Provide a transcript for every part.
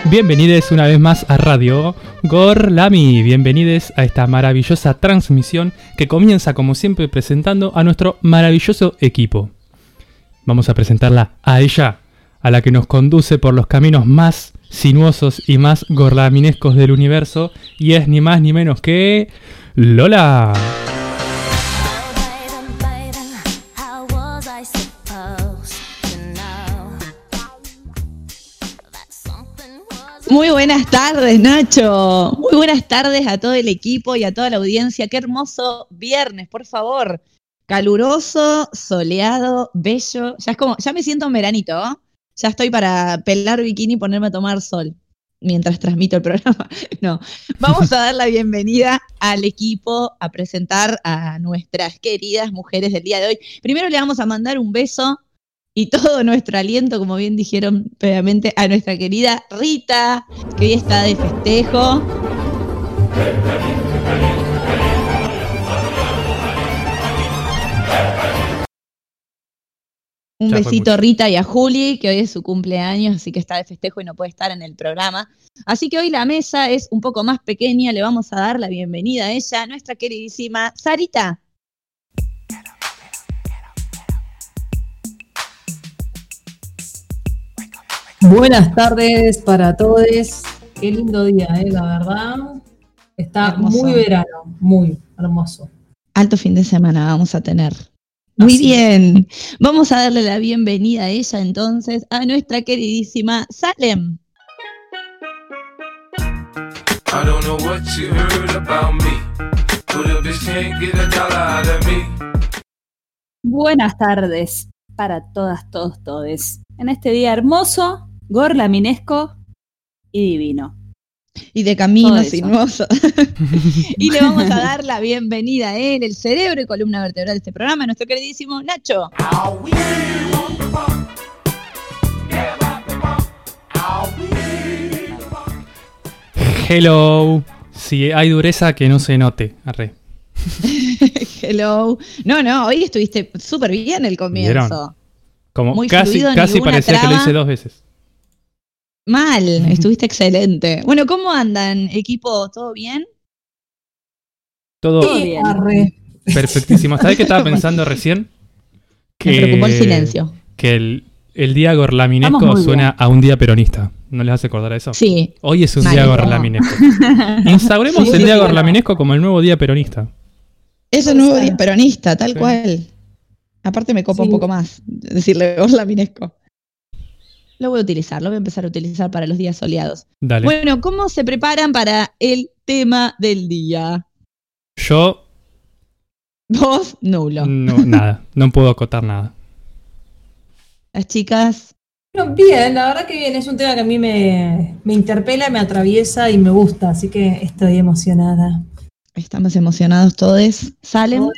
Bienvenidos una vez más a Radio Gorlami. Bienvenidos a esta maravillosa transmisión que comienza como siempre presentando a nuestro maravilloso equipo. Vamos a presentarla a ella, a la que nos conduce por los caminos más sinuosos y más gorlaminescos del universo, y es ni más ni menos que Lola. Muy buenas tardes, Nacho. Muy buenas tardes a todo el equipo y a toda la audiencia. Qué hermoso viernes, por favor. Caluroso, soleado, bello. Ya me siento en veranito, ¿eh? Ya estoy para pelar bikini y ponerme a tomar sol mientras transmito el programa. No, vamos a dar la bienvenida al equipo, a presentar a nuestras queridas mujeres del día de hoy. Primero le vamos a mandar un beso y todo nuestro aliento, como bien dijeron previamente, a nuestra querida Rita, que hoy está de festejo. Un besito a Rita y a Juli, que hoy es su cumpleaños, así que está de festejo y no puede estar en el programa. Así que hoy la mesa es un poco más pequeña, le vamos a dar la bienvenida a ella, nuestra queridísima Sarita. Buenas tardes para todos. Qué lindo día, la verdad. Está hermoso. Muy verano, muy hermoso. Alto fin de semana vamos a tener. Muy bien. Vamos a darle la bienvenida a ella entonces, a nuestra queridísima Salem. Buenas tardes para todas, todos, todes. En este día hermoso, gorlaminesco y divino. Y de camino sinuoso. Y le vamos a dar la bienvenida a él, el cerebro y columna vertebral de este programa, nuestro queridísimo Nacho. Hello. Si hay dureza, que no se note. Arre. Hello. No, hoy estuviste súper bien el comienzo. ¿Vieron? Como muy casi parecía traba. Que lo hice 2 veces. Mal, estuviste excelente. Bueno, ¿cómo andan, equipo? ¿Todo bien? Todo bien. Perfectísimo. ¿Sabés qué estaba pensando recién? Me preocupó el silencio. Que el día gorlaminesco suena a un día peronista. ¿No les hace acordar a eso? Sí. Hoy es un día gorlaminesco. Instauremos el día gorlaminesco como el nuevo día peronista. Es el nuevo día peronista, tal cual. Aparte me copa un poco más decirle gorlaminesco. Lo voy a empezar a utilizar para los días soleados. Dale. Bueno, ¿cómo se preparan para el tema del día? Yo... Vos, nulo. No, nada. No puedo acotar nada. Las chicas... Bueno, bien, la verdad que bien. Es un tema que a mí me interpela, me atraviesa y me gusta. Así que estoy emocionada. Estamos emocionados todos. ¿Salen?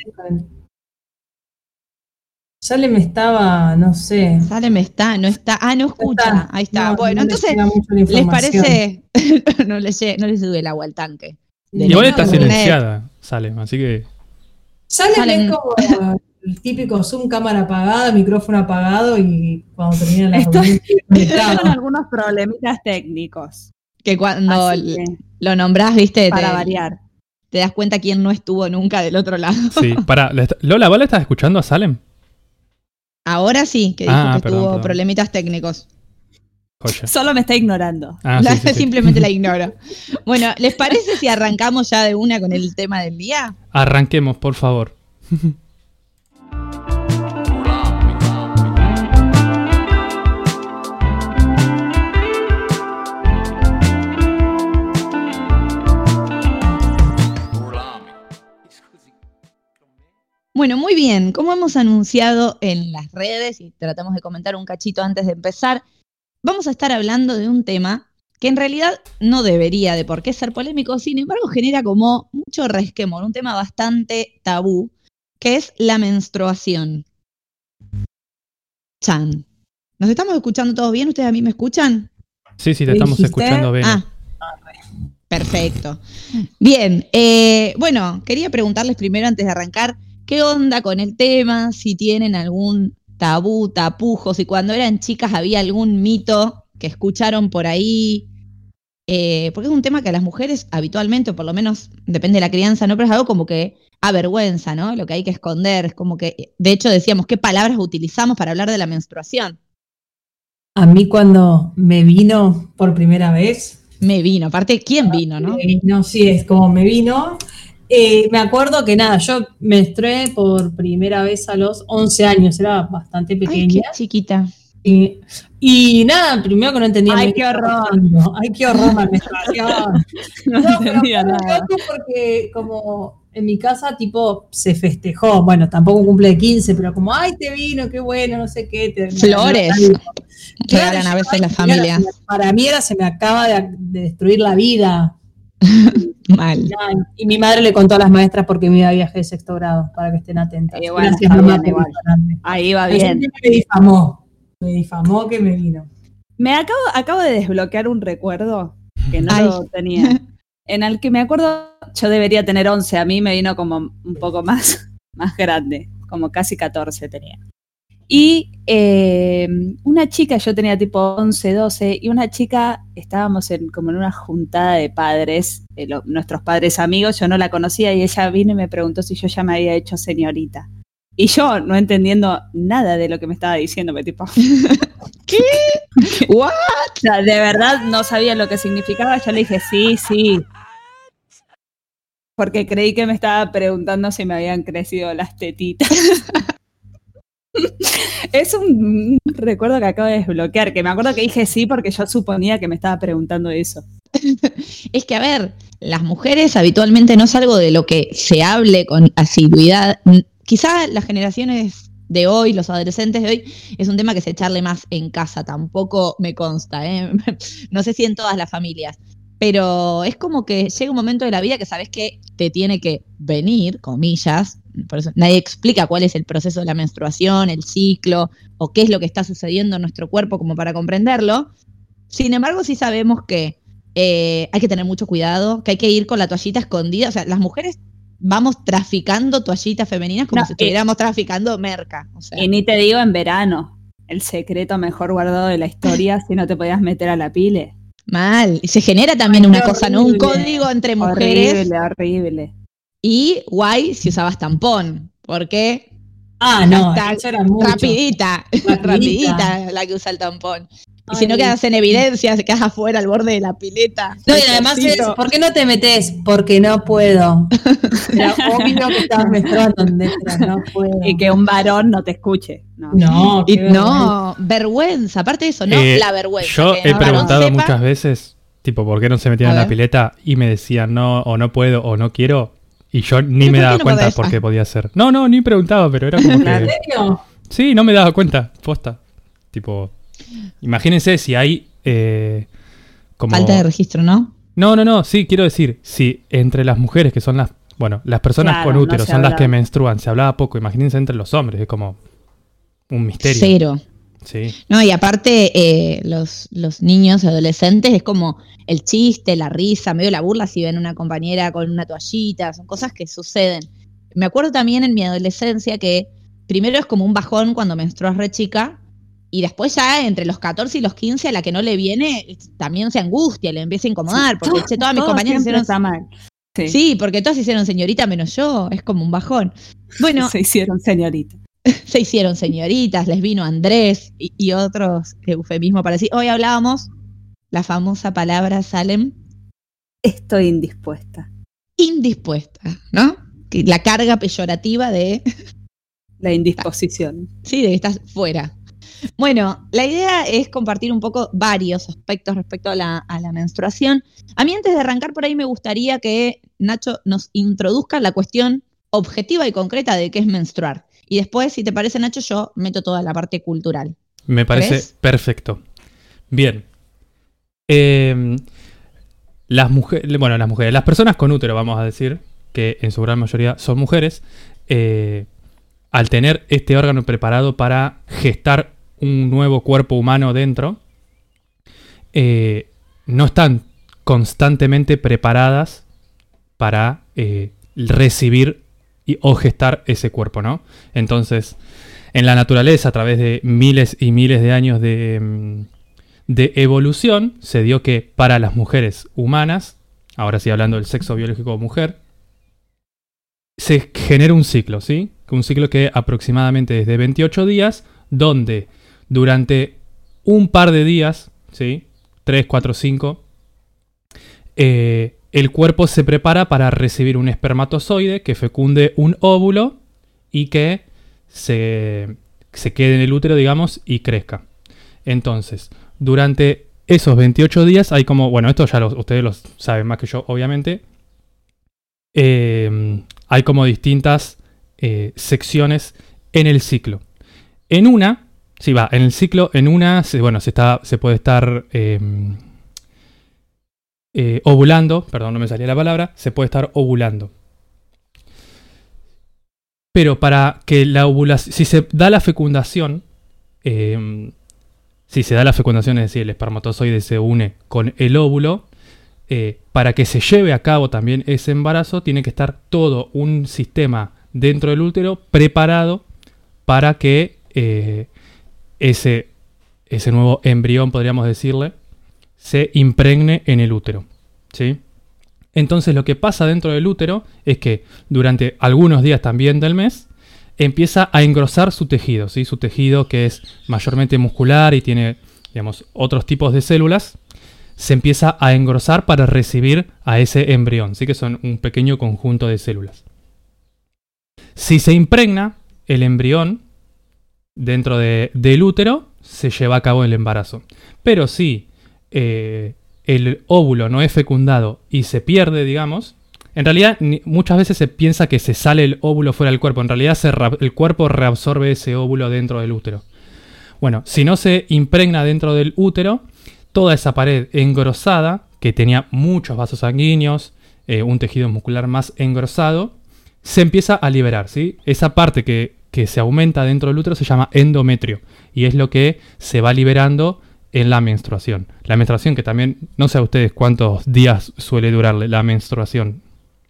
Salem estaba, no sé. Salem está, no está. Ah, no escucha. Ahí está. No, bueno, no entonces, ¿les parece? no le sube el agua al tanque. Igual está silenciada, Salem, así que... Salem es como el típico Zoom, cámara apagada, micrófono apagado y cuando termina la reunión... Son algunos problemitas técnicos. Que cuando lo nombrás, viste... Para variar. Te das cuenta quién no estuvo nunca del otro lado. Sí, Lola, ¿vos la estás escuchando a Salem? Ahora sí, que dijo que tuvo problemitas técnicos. Joya. Solo me está ignorando. Sí. Simplemente la ignoro. Bueno, ¿les parece si arrancamos ya de una con el tema del día? Arranquemos, por favor. Bueno, muy bien. Como hemos anunciado en las redes y tratamos de comentar un cachito antes de empezar, vamos a estar hablando de un tema que en realidad no debería de por qué ser polémico, sin embargo genera como mucho resquemor, un tema bastante tabú, que es la menstruación. Chan. ¿Nos estamos escuchando todos bien? ¿Ustedes a mí me escuchan? Sí, te estamos escuchando bien. Perfecto. Bien, bueno, quería preguntarles primero antes de arrancar, ¿qué onda con el tema? Si tienen algún tabú, tapujo, si cuando eran chicas había algún mito que escucharon por ahí, porque es un tema que a las mujeres habitualmente, o por lo menos depende de la crianza, ¿no? Pero es algo como que avergüenza, ¿no? Lo que hay que esconder. Es como que, de hecho, decíamos, ¿qué palabras utilizamos para hablar de la menstruación? A mí cuando me vino por primera vez... Me vino, aparte, ¿quién vino, no? No, sí, es como me vino. Me acuerdo que nada, yo menstrué por primera vez a los 11 años, era bastante pequeña. Ay, qué chiquita. Y nada, primero que no entendía. ¡Ay, qué horror! ¡Ay, qué horror la menstruación! No entendía nada. Porque como en mi casa, tipo, se festejó. Bueno, tampoco un cumple de 15, pero como, ¡ay, te vino! ¡Qué bueno! No sé qué. Flores. Regalan a veces las familias. Para mí se me acaba de destruir la vida. Mal. Y mi madre le contó a las maestras porque me iba a viaje de sexto grado, para que estén atentas. Bueno, gracias, mamá, por dispararme. Ahí va bien. Me difamó que me vino. Acabo de desbloquear un recuerdo que no lo tenía. En el que me acuerdo, yo debería tener 11, a mí me vino como un poco más grande, como casi 14 tenía. Y una chica, yo tenía tipo 11, 12, y una chica, estábamos como en una juntada de padres, nuestros padres amigos, yo no la conocía, y ella vino y me preguntó si yo ya me había hecho señorita. Y yo, no entendiendo nada de lo que me estaba diciendo, me tipo... ¿Qué? ¿What? O sea, de verdad no sabía lo que significaba, yo le dije sí. Porque creí que me estaba preguntando si me habían crecido las tetitas. Es un recuerdo que acabo de desbloquear, que me acuerdo que dije sí porque yo suponía que me estaba preguntando eso. Es que, a ver, las mujeres habitualmente no es algo de lo que se hable con asiduidad. Quizá las generaciones de hoy, los adolescentes de hoy, es un tema que se charle más en casa, tampoco me consta, ¿eh? No sé si en todas las familias, pero es como que llega un momento de la vida que sabes que te tiene que venir, comillas, por eso nadie explica cuál es el proceso de la menstruación, el ciclo, o qué es lo que está sucediendo en nuestro cuerpo como para comprenderlo. Sin embargo, sí sabemos que hay que tener mucho cuidado, que hay que ir con la toallita escondida, o sea, las mujeres vamos traficando toallitas femeninas como si estuviéramos traficando merca. O sea. Y ni te digo en verano, el secreto mejor guardado de la historia, si no te podías meter a la pile. Mal. Y se genera también una cosa, ¿no? Un código entre mujeres. Horrible. Y guay si usabas tampón. ¿Por qué? No, eso era mucho. Rapidita la que usa el tampón. Y si no Ay, quedas en evidencia, se quedas afuera al borde de la pileta. No, y además, ¿por qué no te metes? Porque no puedo. Era obvio que estabas menstruando, no puedo. Y que un varón no te escuche. No, vergüenza. Aparte de eso, ¿no? La vergüenza. Yo he preguntado muchas veces, tipo, ¿por qué no se metían en la pileta? Y me decían, no, o no puedo, o no quiero. Y yo ni me daba cuenta por qué podía ser. No, ni preguntaba, pero era como que... ¿En serio? Sí, no me daba cuenta, posta. Tipo... Imagínense si hay como... Falta de registro, ¿no? No, sí, quiero decir, si entre las mujeres que son las personas con útero son las que menstruan, se hablaba poco, imagínense entre los hombres, es como un misterio. Cero. Sí. No, y aparte los niños, adolescentes, es como el chiste, la risa, medio la burla si ven una compañera con una toallita, son cosas que suceden. Me acuerdo también en mi adolescencia que primero es como un bajón cuando menstruas re chica, y después ya entre los 14 y los 15 a la que no le viene también se angustia, le empieza a incomodar, porque todas mis compañeras hicieron... mal. Sí, porque todas hicieron señorita menos yo, es como un bajón. Bueno, se hicieron señorita. Se hicieron señoritas, les vino Andrés y otros eufemismos para decir. Hoy hablábamos la famosa palabra, Salem. Estoy indispuesta. Indispuesta, ¿no? La carga peyorativa de... La indisposición. Sí, de que estás fuera. Bueno, la idea es compartir un poco varios aspectos respecto a la menstruación. A mí antes de arrancar por ahí me gustaría que Nacho nos introduzca la cuestión objetiva y concreta de qué es menstruar. Y después, si te parece, Nacho, yo meto toda la parte cultural. Me parece perfecto. Bien. Las personas con útero, vamos a decir, que en su gran mayoría son mujeres, al tener este órgano preparado para gestar un nuevo cuerpo humano dentro, no están constantemente preparadas para recibir o gestar ese cuerpo, ¿no? Entonces, en la naturaleza, a través de miles y miles de años de de evolución se dio que para las mujeres humanas, ahora sí hablando del sexo biológico de mujer, se genera un ciclo, ¿sí? Un ciclo que aproximadamente es de 28 días, donde durante un par de días, ¿sí? 3, 4, 5, el cuerpo se prepara para recibir un espermatozoide que fecunde un óvulo y que se quede en el útero, digamos, y crezca. Entonces, durante esos 28 días hay como, bueno, esto ya ustedes lo saben más que yo, obviamente, hay como distintas secciones en el ciclo. En una, en el ciclo, en una, se puede estar ovulando, perdón, no me salía la palabra, se puede estar ovulando. Pero para que la ovulación, si se da la fecundación, es decir, el espermatozoide se une con el óvulo, para que se lleve a cabo también ese embarazo, tiene que estar todo un sistema dentro del útero preparado para que ese nuevo embrión, podríamos decirle, se impregne en el útero, ¿sí? Entonces lo que pasa dentro del útero es que durante algunos días también del mes empieza a engrosar su tejido, ¿sí? Su tejido, que es mayormente muscular y tiene, digamos, otros tipos de células, se empieza a engrosar para recibir a ese embrión, ¿sí? Que son un pequeño conjunto de células. Si se impregna el embrión dentro del útero, se lleva a cabo el embarazo. Pero si el óvulo no es fecundado y se pierde, digamos, en realidad muchas veces se piensa que se sale el óvulo fuera del cuerpo. En realidad el cuerpo reabsorbe ese óvulo dentro del útero. Bueno, si no se impregna dentro del útero, toda esa pared engrosada, que tenía muchos vasos sanguíneos, un tejido muscular más engrosado, se empieza a liberar, ¿sí? Esa parte que se aumenta dentro del útero se llama endometrio y es lo que se va liberando en la menstruación. La menstruación, que también, no sé a ustedes cuántos días suele durarle la menstruación.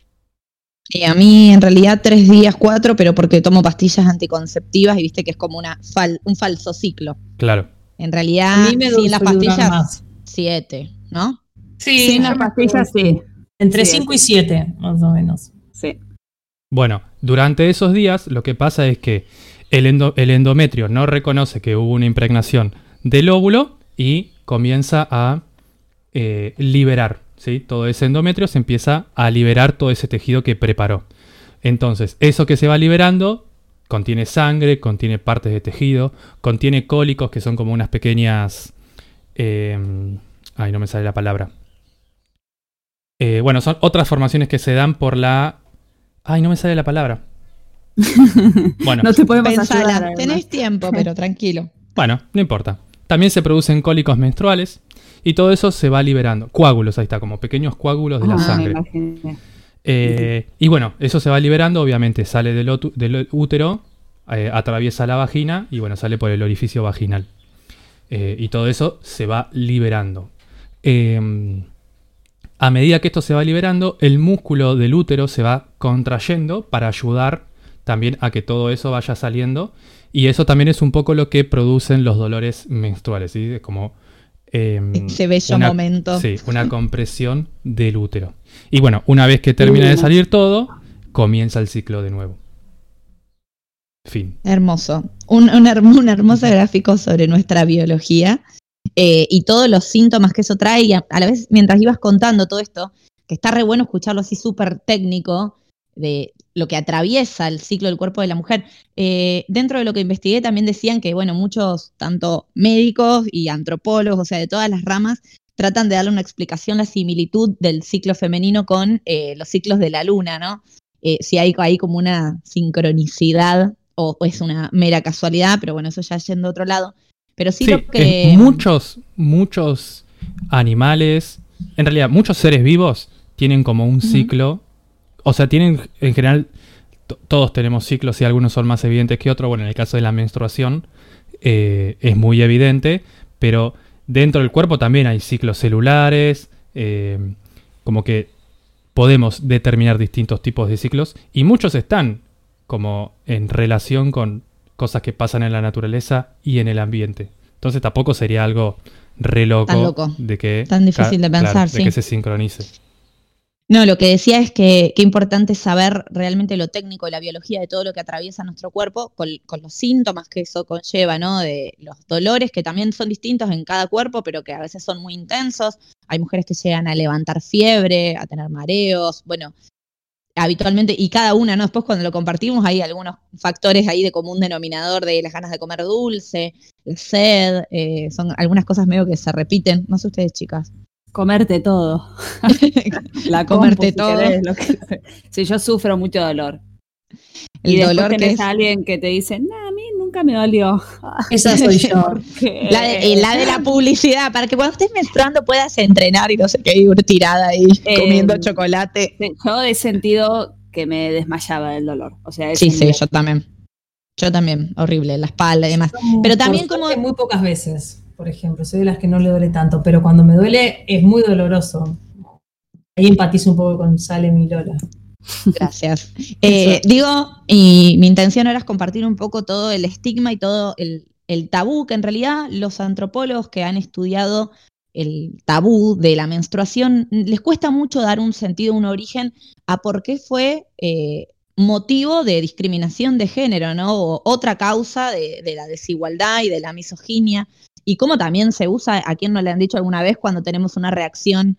Y a mí en realidad 3 días, 4, pero porque tomo pastillas anticonceptivas y viste que es como un falso ciclo. Claro. En realidad, A mí me sin las pastillas, más. 7, ¿no? Sí, Sin las pastillas sí. Entre 7. 5 y 7, más o menos. Sí. Bueno, durante esos días lo que pasa es que el endometrio no reconoce que hubo una impregnación del óvulo y comienza a liberar, ¿sí? Todo ese endometrio se empieza a liberar todo ese tejido que preparó. Entonces, eso que se va liberando contiene sangre, contiene partes de tejido, contiene cólicos, que son como unas pequeñas... no me sale la palabra. Son otras formaciones que se dan por la... no me sale la palabra. Bueno, No te podemos Pensala, ayudar. tenés tiempo, pero tranquilo. Bueno, no importa. También se producen cólicos menstruales y todo eso se va liberando. Coágulos, ahí está, como pequeños coágulos de la sangre. Y bueno, eso se va liberando, obviamente sale del útero, atraviesa la vagina y bueno, sale por el orificio vaginal. Y todo eso se va liberando. A medida que esto se va liberando, el músculo del útero se va contrayendo para ayudar también a que todo eso vaya saliendo. Y eso también es un poco lo que producen los dolores menstruales, ¿sí? Es como Ese bello momento. Sí, una compresión del útero. Y bueno, una vez que termina de salir todo, comienza el ciclo de nuevo. Fin. Hermoso. Un hermoso gráfico sobre nuestra biología y todos los síntomas que eso trae. Y a la vez, mientras ibas contando todo esto, que está re bueno escucharlo así súper técnico, de lo que atraviesa el ciclo del cuerpo de la mujer. Dentro de lo que investigué también decían que, bueno, muchos, tanto médicos y antropólogos, o sea, de todas las ramas, tratan de darle una explicación, la similitud del ciclo femenino con los ciclos de la luna, ¿no? Si hay ahí como una sincronicidad o es una mera casualidad, pero bueno, eso ya yendo a otro lado. Pero sí lo que... Muchos animales, en realidad muchos seres vivos tienen como un ciclo. O sea, tienen, en general, todos tenemos ciclos y algunos son más evidentes que otros. Bueno, en el caso de la menstruación es muy evidente, pero dentro del cuerpo también hay ciclos celulares, como que podemos determinar distintos tipos de ciclos y muchos están como en relación con cosas que pasan en la naturaleza y en el ambiente. Entonces tampoco sería algo re loco, Tan loco. de que... Tan difícil de pensar, claro, sí. de que se sincronice. No, lo que decía es que qué importante es saber realmente lo técnico y la biología de todo lo que atraviesa nuestro cuerpo con los síntomas que eso conlleva, ¿no? De los dolores que también son distintos en cada cuerpo, pero que a veces son muy intensos. Hay mujeres que llegan a levantar fiebre, a tener mareos, bueno, habitualmente, y cada una, ¿no? Después cuando lo compartimos hay algunos factores ahí de común denominador de las ganas de comer dulce, la sed, son algunas cosas medio que se repiten. No sé ustedes, chicas. Comerte todo. La Comerte compu, si todo. querés, si yo sufro mucho dolor. El y después dolor que tenés es... a alguien que te dice, no, a mí nunca me dolió. Esa soy yo. La de la publicidad, para que cuando estés menstruando puedas entrenar y no sé qué, ir tirada ahí comiendo chocolate. Yo he sentido que me desmayaba del dolor. O sea, sí, yo también. Yo también, horrible, la espalda y demás. Pero también como... Muy pocas veces, por ejemplo, soy de las que no le duele tanto, pero cuando me duele es muy doloroso. Ahí empatizo un poco con Salem y Lola. Gracias. Digo, y mi intención era compartir un poco todo el estigma y todo el tabú, que en realidad los antropólogos que han estudiado el tabú de la menstruación, les cuesta mucho dar un sentido, un origen a por qué fue motivo de discriminación de género, ¿no? O otra causa de la desigualdad y de la misoginia, y cómo también se usa, a quien no le han dicho alguna vez cuando tenemos una reacción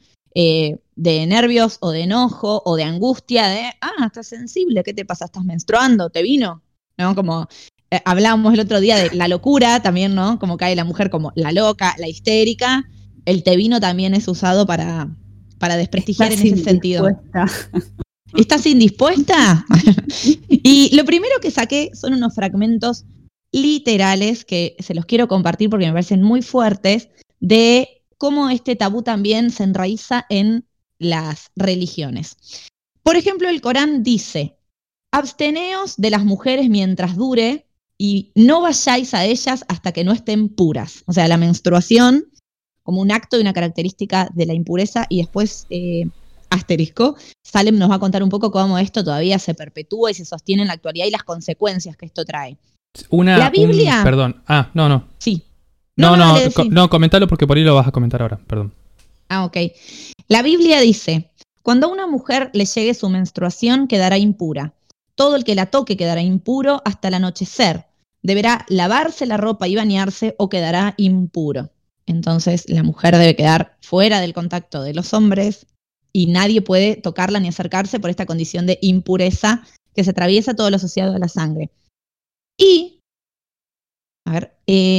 de nervios o de enojo o de angustia, de, estás sensible, ¿qué te pasa? ¿Estás menstruando? ¿Te vino? ¿No? Como hablábamos el otro día de la locura también, ¿no? Como cae la mujer como la loca, la histérica. El te vino también es usado para desprestigiar en ese sentido. ¿Estás indispuesta? Y lo primero que saqué son unos fragmentos literales que se los quiero compartir porque me parecen muy fuertes, de cómo este tabú también se enraiza en las religiones. Por ejemplo, el Corán dice: absteneos de las mujeres mientras dure y no vayáis a ellas hasta que no estén puras. O sea, la menstruación como un acto y una característica de la impureza. Y después, asterisco, Salem nos va a contar un poco cómo esto todavía se perpetúa y se sostiene en la actualidad y las consecuencias que esto trae. La Biblia... perdón. No. Sí. No, comentalo porque por ahí lo vas a comentar ahora, perdón. Ok. La Biblia dice: cuando a una mujer le llegue su menstruación, quedará impura. Todo el que la toque quedará impuro hasta el anochecer. Deberá lavarse la ropa y bañarse o quedará impuro. Entonces la mujer debe quedar fuera del contacto de los hombres y nadie puede tocarla ni acercarse por esta condición de impureza que se atraviesa todo lo asociado a la sangre. Y, a ver,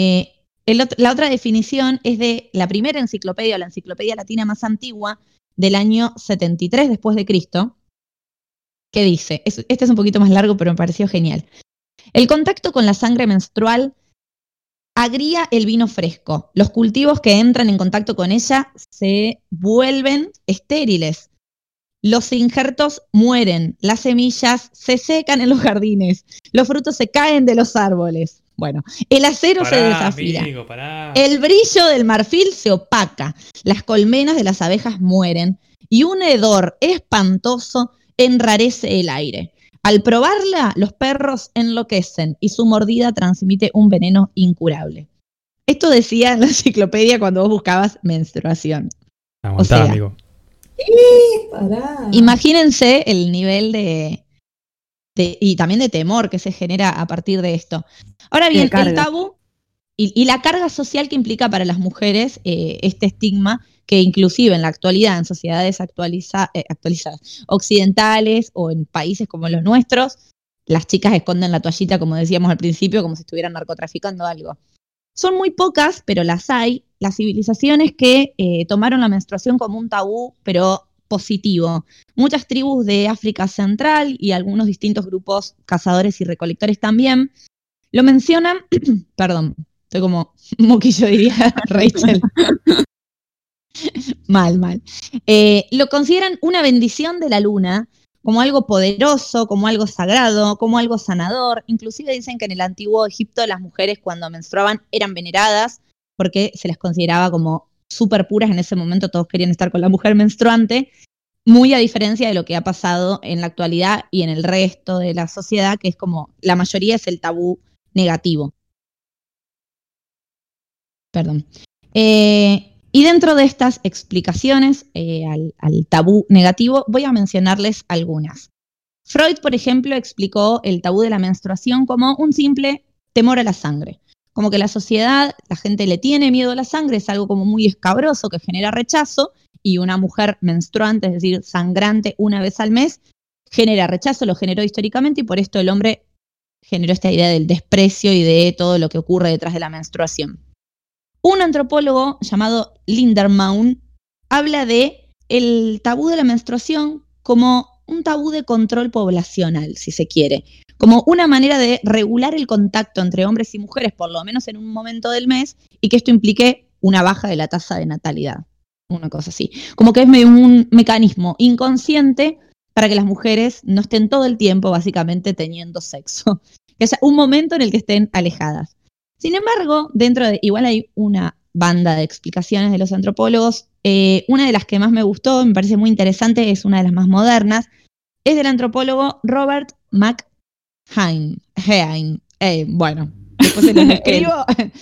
la otra definición es de la primera enciclopedia, o la enciclopedia latina más antigua, del año 73 después de Cristo, que dice, este es un poquito más largo, pero me pareció genial. El contacto con la sangre menstrual agría el vino fresco. Los cultivos que entran en contacto con ella se vuelven estériles. Los injertos mueren, las semillas se secan en los jardines, los frutos se caen de los árboles. Bueno, el acero se desafía. Amigo, el brillo del marfil se opaca, las colmenas de las abejas mueren y un hedor espantoso enrarece el aire. Al probarla, los perros enloquecen y su mordida transmite un veneno incurable. Esto decía en la enciclopedia cuando vos buscabas menstruación. Aguantá, amigo. Imagínense el nivel y también de temor que se genera a partir de esto. Ahora bien, el tabú y la carga social que implica para las mujeres este estigma, que inclusive en la actualidad, en sociedades actualizadas, occidentales o en países como los nuestros, las chicas esconden la toallita, como decíamos al principio, como si estuvieran narcotraficando algo. Son muy pocas, pero las hay, las civilizaciones que tomaron la menstruación como un tabú, pero positivo. Muchas tribus de África Central y algunos distintos grupos cazadores y recolectores también lo mencionan, perdón, estoy como moquillo diría Rachel. Mal. Lo consideran una bendición de la luna, como algo poderoso, como algo sagrado, como algo sanador. Inclusive dicen que en el antiguo Egipto las mujeres cuando menstruaban eran veneradas porque se las consideraba como súper puras. En ese momento todos querían estar con la mujer menstruante, muy a diferencia de lo que ha pasado en la actualidad y en el resto de la sociedad, que es como la mayoría es el tabú negativo. Perdón. Y dentro de estas explicaciones al tabú negativo, voy a mencionarles algunas. Freud, por ejemplo, explicó el tabú de la menstruación como un simple temor a la sangre. Como que la sociedad, la gente le tiene miedo a la sangre, es algo como muy escabroso que genera rechazo, y una mujer menstruante, es decir, sangrante una vez al mes, genera rechazo, lo generó históricamente, y por esto el hombre generó esta idea del desprecio y de todo lo que ocurre detrás de la menstruación. Un antropólogo llamado Lindermaun habla de el tabú de la menstruación como un tabú de control poblacional, si se quiere, como una manera de regular el contacto entre hombres y mujeres, por lo menos en un momento del mes, y que esto implique una baja de la tasa de natalidad, una cosa así. Como que es un mecanismo inconsciente para que las mujeres no estén todo el tiempo básicamente teniendo sexo, que sea un momento en el que estén alejadas. Sin embargo, igual hay una banda de explicaciones de los antropólogos. Una de las que más me gustó, me parece muy interesante, es una de las más modernas, es del antropólogo Robert McHane. Bueno, después se lo escribo.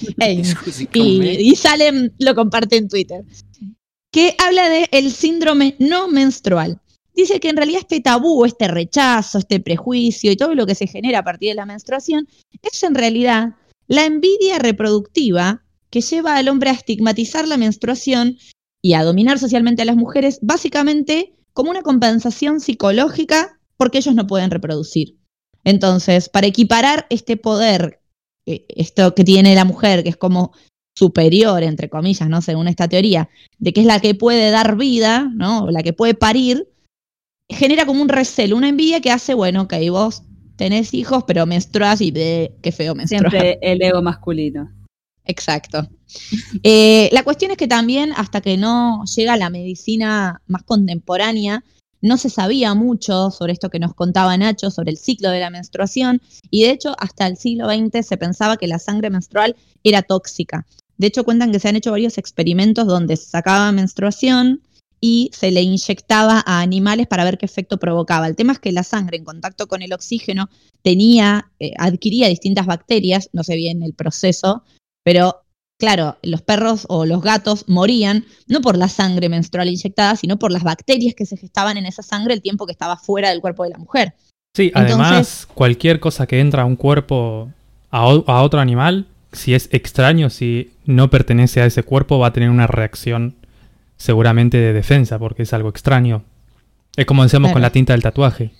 y Salem lo comparte en Twitter. Que habla del síndrome no menstrual. Dice que en realidad este tabú, este rechazo, este prejuicio y todo lo que se genera a partir de la menstruación es en realidad la envidia reproductiva que lleva al hombre a estigmatizar la menstruación y a dominar socialmente a las mujeres, básicamente como una compensación psicológica porque ellos no pueden reproducir. Entonces, para equiparar este poder, esto que tiene la mujer, que es como superior, entre comillas, ¿no? Según esta teoría, de que es la que puede dar vida, ¿no? O la que puede parir, genera como un recelo, una envidia que hace, bueno, que vos tenés hijos, pero menstruás y qué feo menstruar. Siempre el ego masculino. Exacto. La cuestión es que también, hasta que no llega la medicina más contemporánea, no se sabía mucho sobre esto que nos contaba Nacho, sobre el ciclo de la menstruación, y de hecho hasta el siglo XX se pensaba que la sangre menstrual era tóxica. De hecho cuentan que se han hecho varios experimentos donde se sacaba menstruación y se le inyectaba a animales para ver qué efecto provocaba. El tema es que la sangre en contacto con el oxígeno adquiría distintas bacterias, no sé bien el proceso, pero claro, los perros o los gatos morían no por la sangre menstrual inyectada, sino por las bacterias que se gestaban en esa sangre el tiempo que estaba fuera del cuerpo de la mujer. Sí, entonces, además, cualquier cosa que entra a un cuerpo, a otro animal, si es extraño, si no pertenece a ese cuerpo, va a tener una reacción seguramente de defensa, porque es algo extraño. Es como decíamos con la tinta del tatuaje.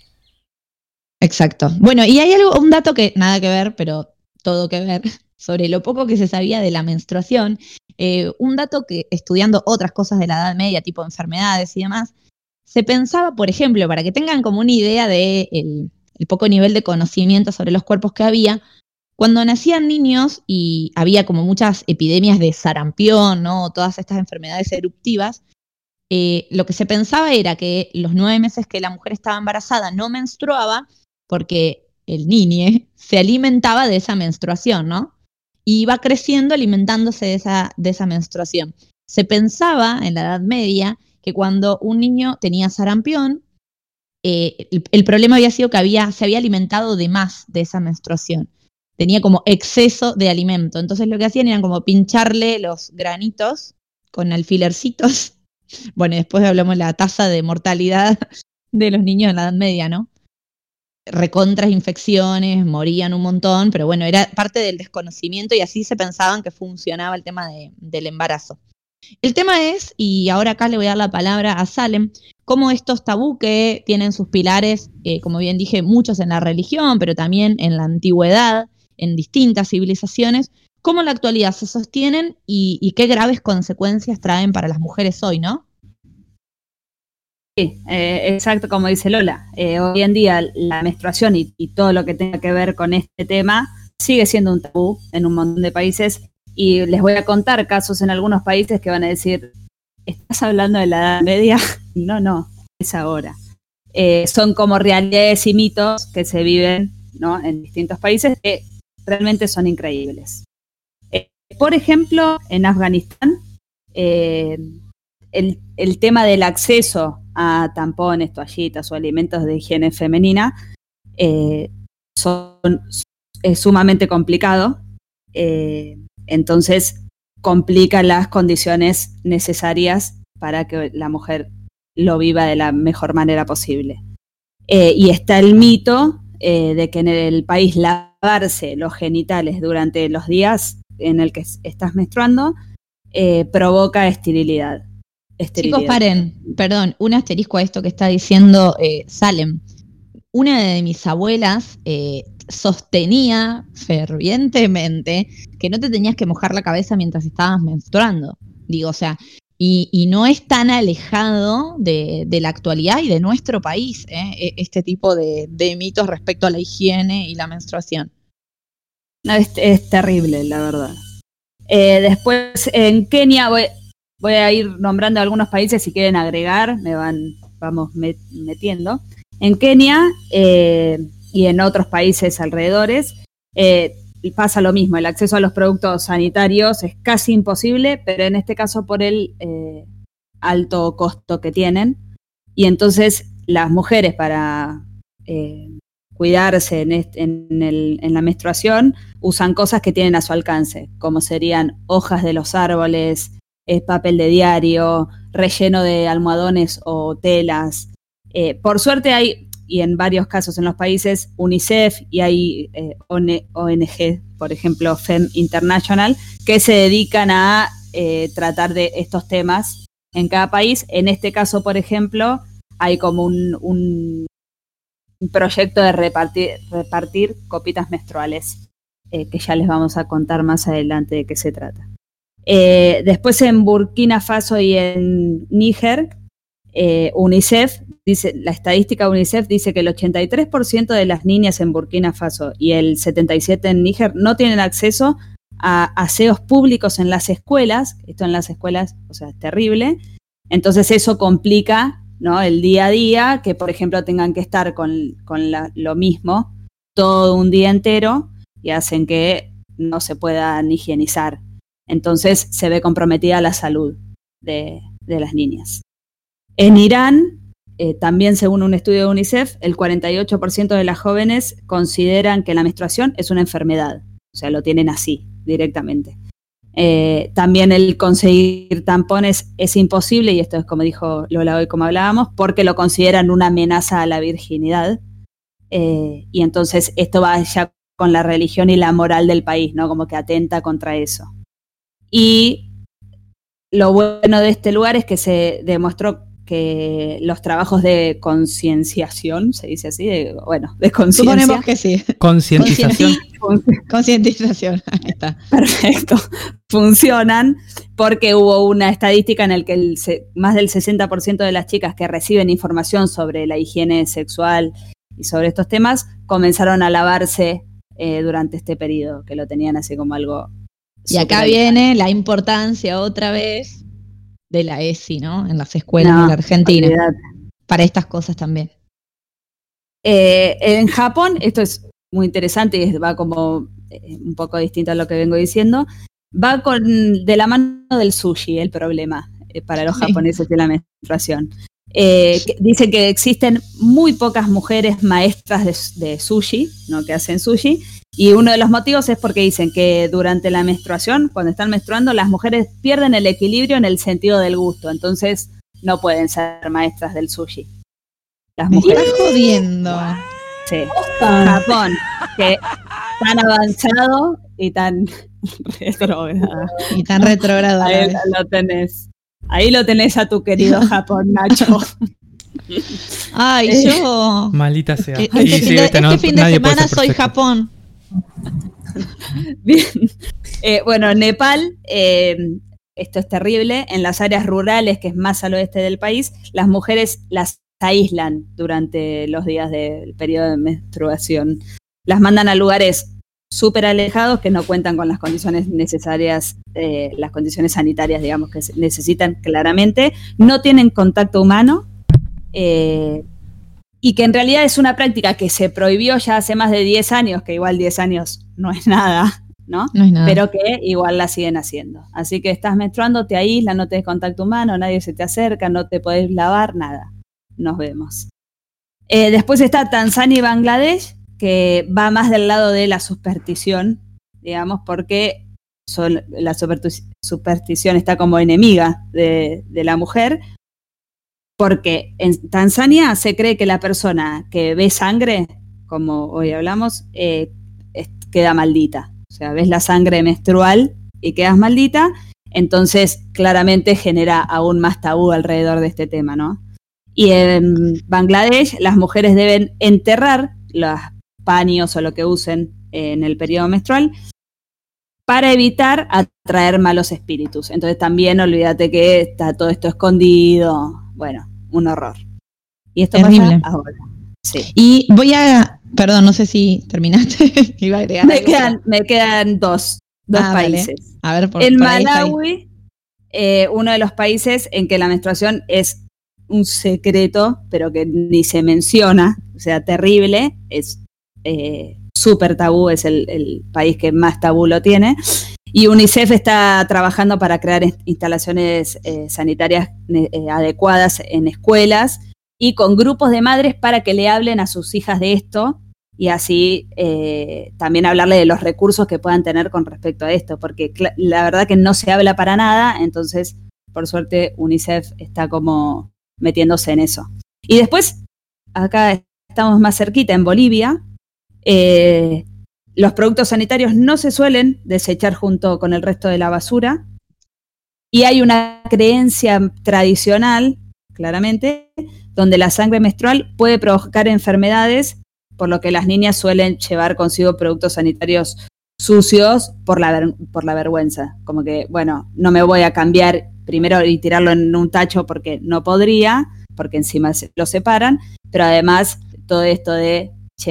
Exacto. Bueno, y hay un dato que nada que ver, pero todo que ver, sobre lo poco que se sabía de la menstruación. Un dato que, estudiando otras cosas de la Edad Media, tipo enfermedades y demás, se pensaba, por ejemplo, para que tengan como una idea de el poco nivel de conocimiento sobre los cuerpos que había, cuando nacían niños y había como muchas epidemias de sarampión, ¿no? Todas estas enfermedades eruptivas, lo que se pensaba era que los 9 meses que la mujer estaba embarazada no menstruaba porque el niño se alimentaba de esa menstruación, ¿no? Y iba creciendo alimentándose de esa menstruación. Se pensaba en la Edad Media que cuando un niño tenía sarampión, el problema había sido que se había alimentado de más de esa menstruación. Tenía como exceso de alimento. Entonces lo que hacían era como pincharle los granitos con alfilercitos. Bueno, y después hablamos de la tasa de mortalidad de los niños en la Edad Media, ¿no? Recontras infecciones, morían un montón, pero bueno, era parte del desconocimiento y así se pensaban que funcionaba el tema del embarazo. El tema es, y ahora acá le voy a dar la palabra a Salem, cómo estos tabú que tienen sus pilares, como bien dije, muchos en la religión, pero también en la antigüedad, en distintas civilizaciones, cómo en la actualidad se sostienen y qué graves consecuencias traen para las mujeres hoy, ¿no? Sí, exacto, como dice Lola. Hoy en día la menstruación y todo lo que tenga que ver con este tema sigue siendo un tabú en un montón de países, y les voy a contar casos en algunos países que van a decir, ¿estás hablando de la Edad Media? No, es ahora. Son como realidades y mitos que se viven, ¿no?, en distintos países que realmente son increíbles. Por ejemplo, en Afganistán, el tema del acceso a tampones, toallitas o alimentos de higiene femenina es sumamente complicado. Entonces, complica las condiciones necesarias para que la mujer lo viva de la mejor manera posible. Y está el mito de que en el país lavarse los genitales durante los días en el que estás menstruando provoca esterilidad. Chicos, paren, perdón, un asterisco a esto que está diciendo Salem. Una de mis abuelas sostenía fervientemente que no te tenías que mojar la cabeza mientras estabas menstruando. Digo, o sea, y no es tan alejado de la actualidad y de nuestro país, este tipo de mitos respecto a la higiene y la menstruación. No, es terrible, la verdad. Después, en Kenia, voy a ir nombrando algunos países, si quieren agregar, vamos metiendo. En Kenia y en otros países alrededores pasa lo mismo, el acceso a los productos sanitarios es casi imposible, pero en este caso por el alto costo que tienen, y entonces las mujeres para cuidarse en la menstruación usan cosas que tienen a su alcance, como serían hojas de los árboles, papel de diario, relleno de almohadones o telas. Por suerte hay, y en varios casos en los países, UNICEF y hay ONG, por ejemplo, FEM International, que se dedican a tratar de estos temas en cada país. En este caso, por ejemplo, hay como un proyecto de repartir copitas menstruales, que ya les vamos a contar más adelante de qué se trata. Después en Burkina Faso y en Níger, UNICEF dice, la estadística de UNICEF dice que el 83% de las niñas en Burkina Faso y el 77% en Níger no tienen acceso a aseos públicos en las escuelas. Esto en las escuelas, o sea, es terrible. Entonces eso complica, ¿no?, el día a día, que por ejemplo tengan que estar con lo mismo todo un día entero y hacen que no se puedan higienizar. Entonces se ve comprometida la salud de las niñas. En Irán, también según un estudio de UNICEF, el 48% de las jóvenes consideran que la menstruación es una enfermedad, o sea, lo tienen así, directamente. También el conseguir tampones es imposible, y esto es como dijo Lola hoy, como hablábamos, porque lo consideran una amenaza a la virginidad, y entonces esto va ya con la religión y la moral del país, ¿no? Como que atenta contra eso. Y lo bueno de este lugar es que se demostró que los trabajos de concienciación, se dice así, de conciencia. Suponemos que sí. Concientización. Concientización, ahí está. Perfecto. Funcionan porque hubo una estadística en la que más del 60% de las chicas que reciben información sobre la higiene sexual y sobre estos temas comenzaron a lavarse durante este periodo, que lo tenían así como algo. Y acá viene la importancia otra vez de la ESI, ¿no? En las escuelas de la Argentina. Olvidate. Para estas cosas también. En Japón, esto es muy interesante y va como un poco distinto a lo que vengo diciendo, va de la mano del sushi el problema para los japoneses de la menstruación. Dicen que existen muy pocas mujeres maestras de sushi, ¿no?, que hacen sushi, y uno de los motivos es porque dicen que durante la menstruación, cuando están menstruando, las mujeres pierden el equilibrio en el sentido del gusto, entonces no pueden ser maestras del sushi. Las mujeres. Me estás jodiendo. Sí. Japón, que tan avanzado y tan retrógrado. Y tan retrógrado. Ahí lo tenés. Ahí lo tenés a tu querido Japón, Nacho. Ay, yo. Maldita sea. Este fin de semana soy Japón. Bien. Bueno, Nepal, esto es terrible. En las áreas rurales, que es más al oeste del país, las mujeres las aíslan durante los días del periodo de menstruación. Las mandan a lugares súper alejados que no cuentan con las condiciones necesarias, las condiciones sanitarias, digamos, que necesitan claramente. No tienen contacto humano, y que en realidad es una práctica que se prohibió ya hace más de 10 años, que igual 10 años no es nada, ¿no? No es nada. Pero que igual la siguen haciendo. Así que estás menstruando, te aíslan, no tenés contacto humano, nadie se te acerca, no te podés lavar, nada. Nos vemos. Después está Tanzania y Bangladesh, que va más del lado de la superstición, digamos, porque la superstición está como enemiga de la mujer, porque en Tanzania se cree que la persona que ve sangre, como hoy hablamos, queda maldita. O sea, ves la sangre menstrual y quedas maldita, entonces claramente genera aún más tabú alrededor de este tema, ¿no? Y en Bangladesh las mujeres deben enterrar los paños o lo que usen en el periodo menstrual para evitar atraer malos espíritus. Entonces también olvídate que está todo esto escondido. Bueno, un horror. Y esto terrible pasa ahora. Sí. Y perdón, no sé si terminaste. Iba a agregar me quedan dos países. Vale. A ver, en Malawi, uno de los países en que la menstruación es un secreto, pero que ni se menciona, o sea, terrible, es súper tabú, es el país que más tabú lo tiene, y UNICEF está trabajando para crear instalaciones sanitarias adecuadas en escuelas y con grupos de madres para que le hablen a sus hijas de esto y así también hablarle de los recursos que puedan tener con respecto a esto, porque la verdad que no se habla para nada, entonces por suerte UNICEF está como metiéndose en eso. Y después, acá estamos más cerquita, en Bolivia, los productos sanitarios no se suelen desechar junto con el resto de la basura y hay una creencia tradicional, claramente, donde la sangre menstrual puede provocar enfermedades, por lo que las niñas suelen llevar consigo productos sanitarios sucios por la vergüenza. Como que, bueno, no me voy a cambiar primero y tirarlo en un tacho porque no podría, porque encima lo separan, pero además todo esto de,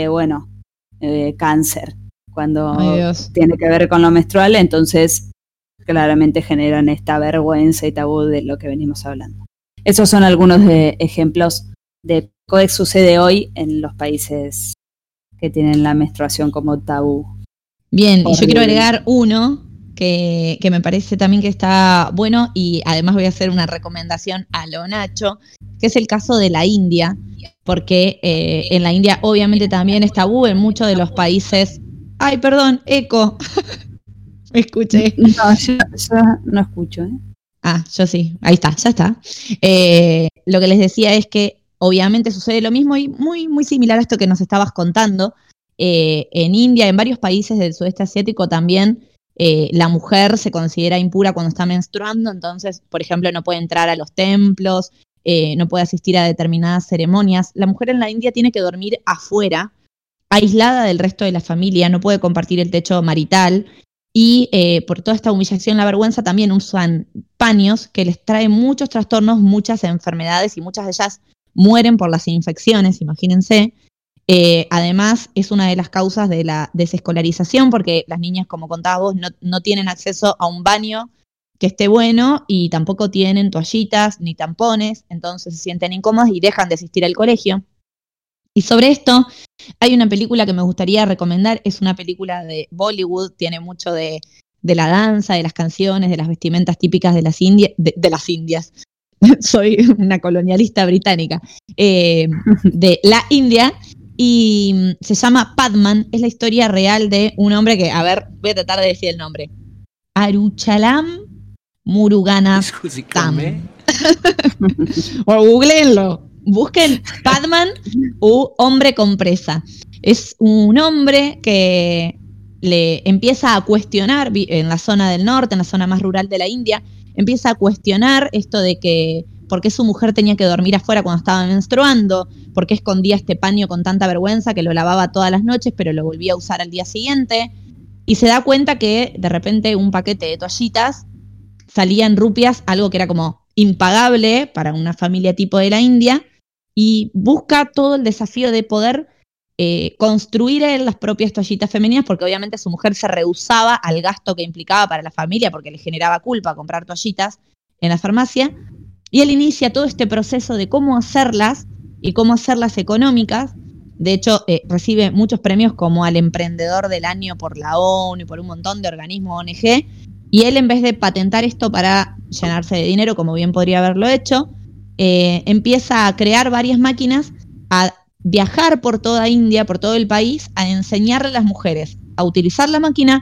cáncer, cuando tiene que ver con lo menstrual, entonces claramente generan esta vergüenza y tabú de lo que venimos hablando. Esos son algunos de ejemplos de qué sucede hoy en los países que tienen la menstruación como tabú. Bien, horrible. Y yo quiero agregar uno que me parece también que está bueno y además voy a hacer una recomendación a lo Nacho, que es el caso de la India, porque en la India obviamente también es tabú en muchos de los países. Ay, perdón, eco. Me escuché. No, yo no escucho. Yo sí, ahí está, ya está. Lo que les decía es que obviamente sucede lo mismo y muy, muy similar a esto que nos estabas contando. En India, en varios países del sudeste asiático también la mujer se considera impura cuando está menstruando, entonces, por ejemplo, no puede entrar a los templos, no puede asistir a determinadas ceremonias. La mujer en la India tiene que dormir afuera, aislada del resto de la familia, no puede compartir el techo marital y por toda esta humillación, la vergüenza, también usan paños que les traen muchos trastornos, muchas enfermedades y muchas de ellas mueren por las infecciones, imagínense. Además, es una de las causas de la desescolarización porque las niñas, como contabas vos, no tienen acceso a un baño que esté bueno y tampoco tienen toallitas ni tampones, entonces se sienten incómodas y dejan de asistir al colegio. Y sobre esto hay una película que me gustaría recomendar, es una película de Bollywood, tiene mucho de la danza, de las canciones, de las vestimentas típicas de las Indias. Soy una colonialista británica, de la India, y se llama Padman. Es la historia real de un hombre que, a ver, voy a tratar de decir el nombre. Aruchalam Muruganattam. O googleenlo. Busquen Padman u hombre con presa. Es un hombre que le empieza a cuestionar en la zona del norte, en la zona más rural de la India, empieza a cuestionar esto de que por qué su mujer tenía que dormir afuera cuando estaba menstruando, por qué escondía este paño con tanta vergüenza que lo lavaba todas las noches pero lo volvía a usar al día siguiente, y se da cuenta que de repente un paquete de toallitas salía en rupias, algo que era como impagable para una familia tipo de la India, y busca todo el desafío de poder construir las propias toallitas femeninas, porque obviamente su mujer se rehusaba al gasto que implicaba para la familia porque le generaba culpa comprar toallitas en la farmacia, y él inicia todo este proceso de cómo hacerlas y cómo hacerlas económicas. De hecho, recibe muchos premios como al emprendedor del año por la ONU y por un montón de organismos ONG, y él, en vez de patentar esto para llenarse de dinero, como bien podría haberlo hecho, empieza a crear varias máquinas, a viajar por toda India, por todo el país, a enseñarle a las mujeres a utilizar la máquina,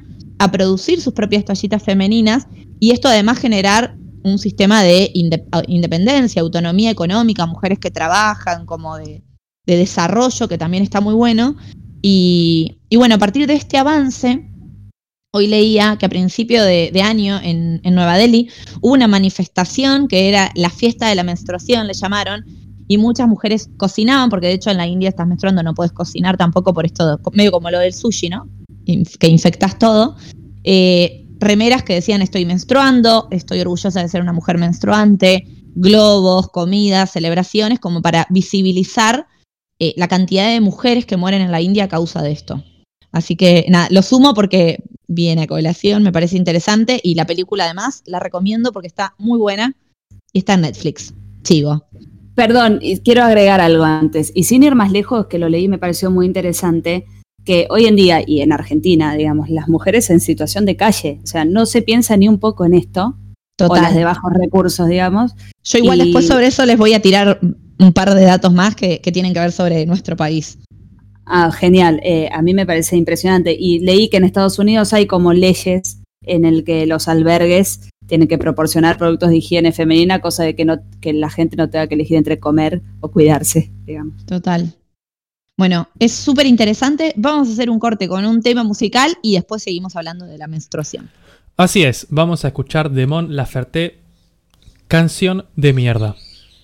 a producir sus propias toallitas femeninas y esto además generar un sistema de independencia, autonomía económica, mujeres que trabajan, como de desarrollo, que también está muy bueno. Y bueno, a partir de este avance, hoy leía que a principio de año en Nueva Delhi hubo una manifestación que era la fiesta de la menstruación, le llamaron, y muchas mujeres cocinaban, porque de hecho en la India estás menstruando, no puedes cocinar tampoco por esto, medio como lo del sushi, ¿no? Que infectas todo. Remeras que decían estoy menstruando, estoy orgullosa de ser una mujer menstruante, globos, comidas, celebraciones, como para visibilizar la cantidad de mujeres que mueren en la India a causa de esto. Así que nada, lo sumo porque viene a colación, me parece interesante, y la película además la recomiendo porque está muy buena y está en Netflix. Chivo. Perdón, quiero agregar algo antes, y sin ir más lejos, que lo leí y me pareció muy interesante, que hoy en día, y en Argentina, digamos, las mujeres en situación de calle, o sea, no se piensa ni un poco en esto, Total. O las de bajos recursos, digamos. Yo igual después sobre eso les voy a tirar un par de datos más que tienen que ver sobre nuestro país. Genial, a mí me parece impresionante, y leí que en Estados Unidos hay como leyes en el que los albergues tienen que proporcionar productos de higiene femenina, cosa de que la gente no tenga que elegir entre comer o cuidarse, digamos. Total. Bueno, es súper interesante. Vamos a hacer un corte con un tema musical y después seguimos hablando de la menstruación. Así es, vamos a escuchar de Mon Laferte, Canción de Mierda.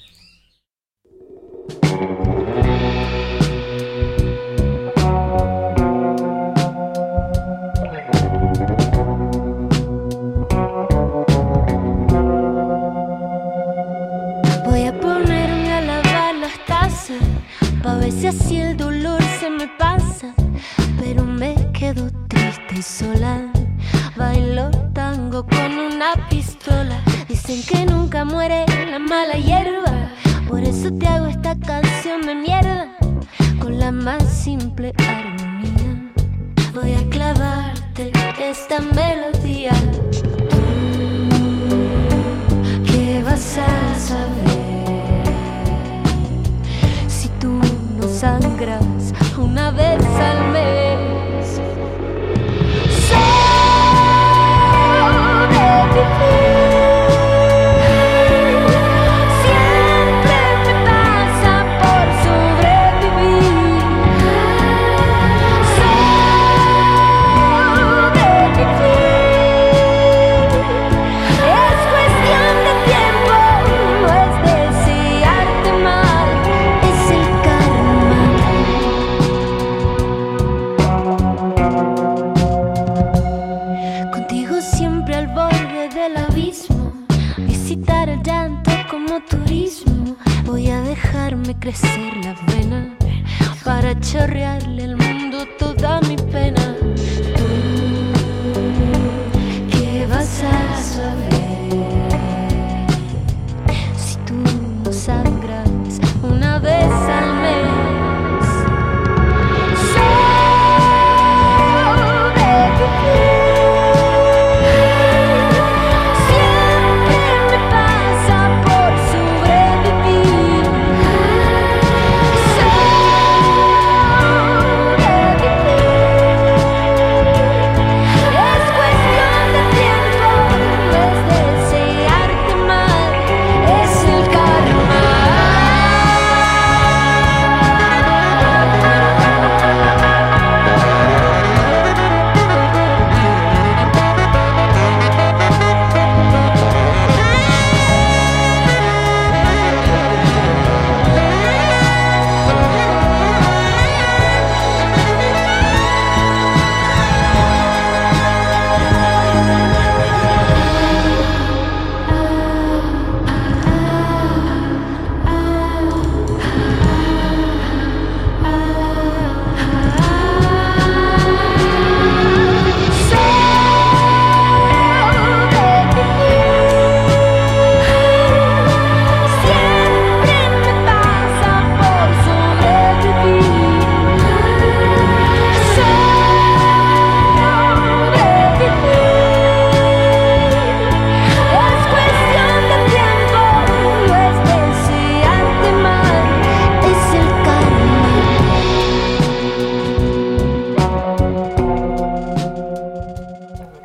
Voy a ponerme a lavar las tazas, pa' ver si así el dolor se me pasa. Pero me quedo triste y sola. Bailo tango con una pistola. Dicen que nunca muere la mala hierba. Por eso te hago esta canción de mierda, con la más simple armonía. Voy a clavarte esta melodía. ¿Qué vas a saber si tú no sangras una vez al mes? Siempre me pasa por sobrevivir. Es cuestión de tiempo, no es desearte mal, es el karma. Contigo siempre al borde del abismo, visitar el llanto como turismo. Voy a dejarme crecer la vena para chorrearle al mundo toda mi pena. ¿Qué vas a saber si tú no sangras una vez al mes?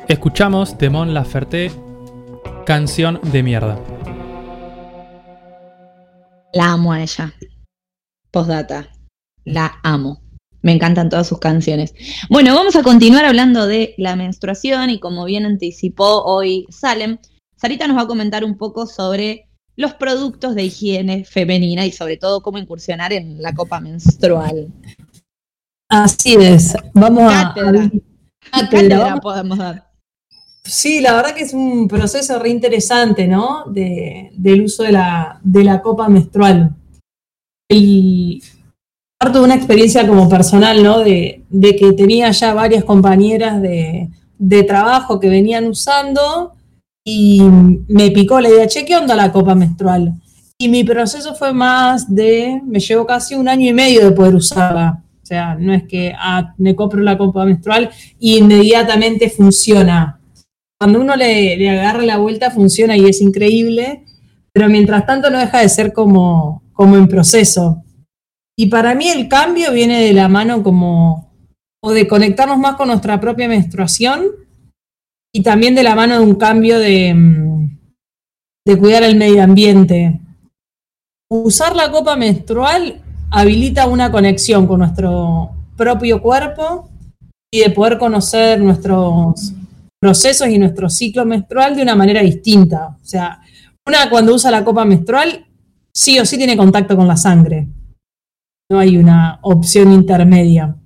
Escuchamos de Mon Laferte, Canción de Mierda. La amo a ella. Postdata. La amo. Me encantan todas sus canciones. Bueno, vamos a continuar hablando de la menstruación y como bien anticipó hoy Salem, Sarita nos va a comentar un poco sobre los productos de higiene femenina y sobre todo cómo incursionar en la copa menstrual. Así es. Vamos Cátedra podemos dar. Sí, la verdad que es un proceso re interesante, ¿no? Del uso de la copa menstrual. Parto de una experiencia como personal, ¿no? De que tenía ya varias compañeras de trabajo que venían usando y me picó la idea, che, ¿qué onda la copa menstrual? Y mi proceso fue me llevó casi 1 año y medio de poder usarla. O sea, no es que me compro la copa menstrual y inmediatamente funciona. Cuando uno le agarra la vuelta funciona y es increíble, pero mientras tanto no deja de ser como en proceso. Y para mí el cambio viene de la mano o de conectarnos más con nuestra propia menstruación y también de la mano de un cambio de cuidar el medio ambiente. Usar la copa menstrual habilita una conexión con nuestro propio cuerpo y de poder conocer nuestros procesos y nuestro ciclo menstrual de una manera distinta. O sea, cuando usa la copa menstrual, sí o sí tiene contacto con la sangre. No hay una opción intermedia.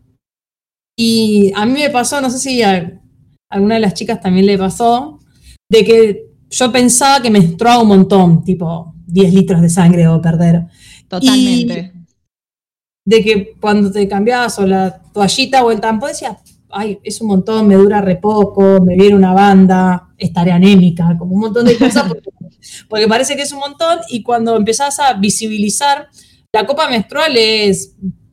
Y a mí me pasó, no sé si a alguna de las chicas también le pasó, de que yo pensaba que menstruaba un montón, tipo 10 litros de sangre debo perder. Totalmente. Y de que cuando te cambiabas o la toallita o el tampón decías, ay, es un montón, me dura re poco, me viene una banda, estaré anémica, como un montón de cosas, porque parece que es un montón, y cuando empezás a visibilizar, la copa menstrual es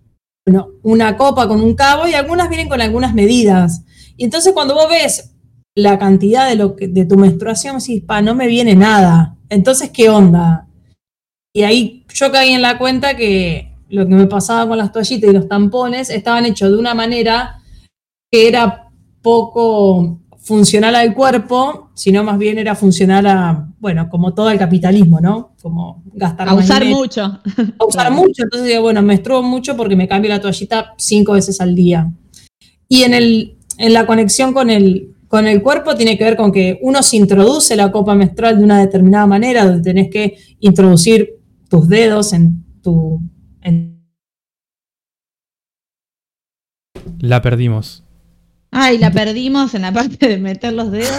una copa con un cabo y algunas vienen con algunas medidas. Y entonces cuando vos ves la cantidad de tu menstruación, decís, no me viene nada. Entonces, ¿qué onda? Y ahí yo caí en la cuenta que lo que me pasaba con las toallitas y los tampones estaban hechos de una manera que era poco funcional al cuerpo, sino más bien era funcional como todo el capitalismo, ¿no? Como gastar a usar mucho. A usar mucho, entonces digo, menstruo mucho porque me cambio la toallita 5 veces al día. Y en la conexión con el cuerpo tiene que ver con que uno se introduce la copa menstrual de una determinada manera, donde tenés que introducir tus dedos La perdimos. Ay, la perdimos en la parte de meter los dedos.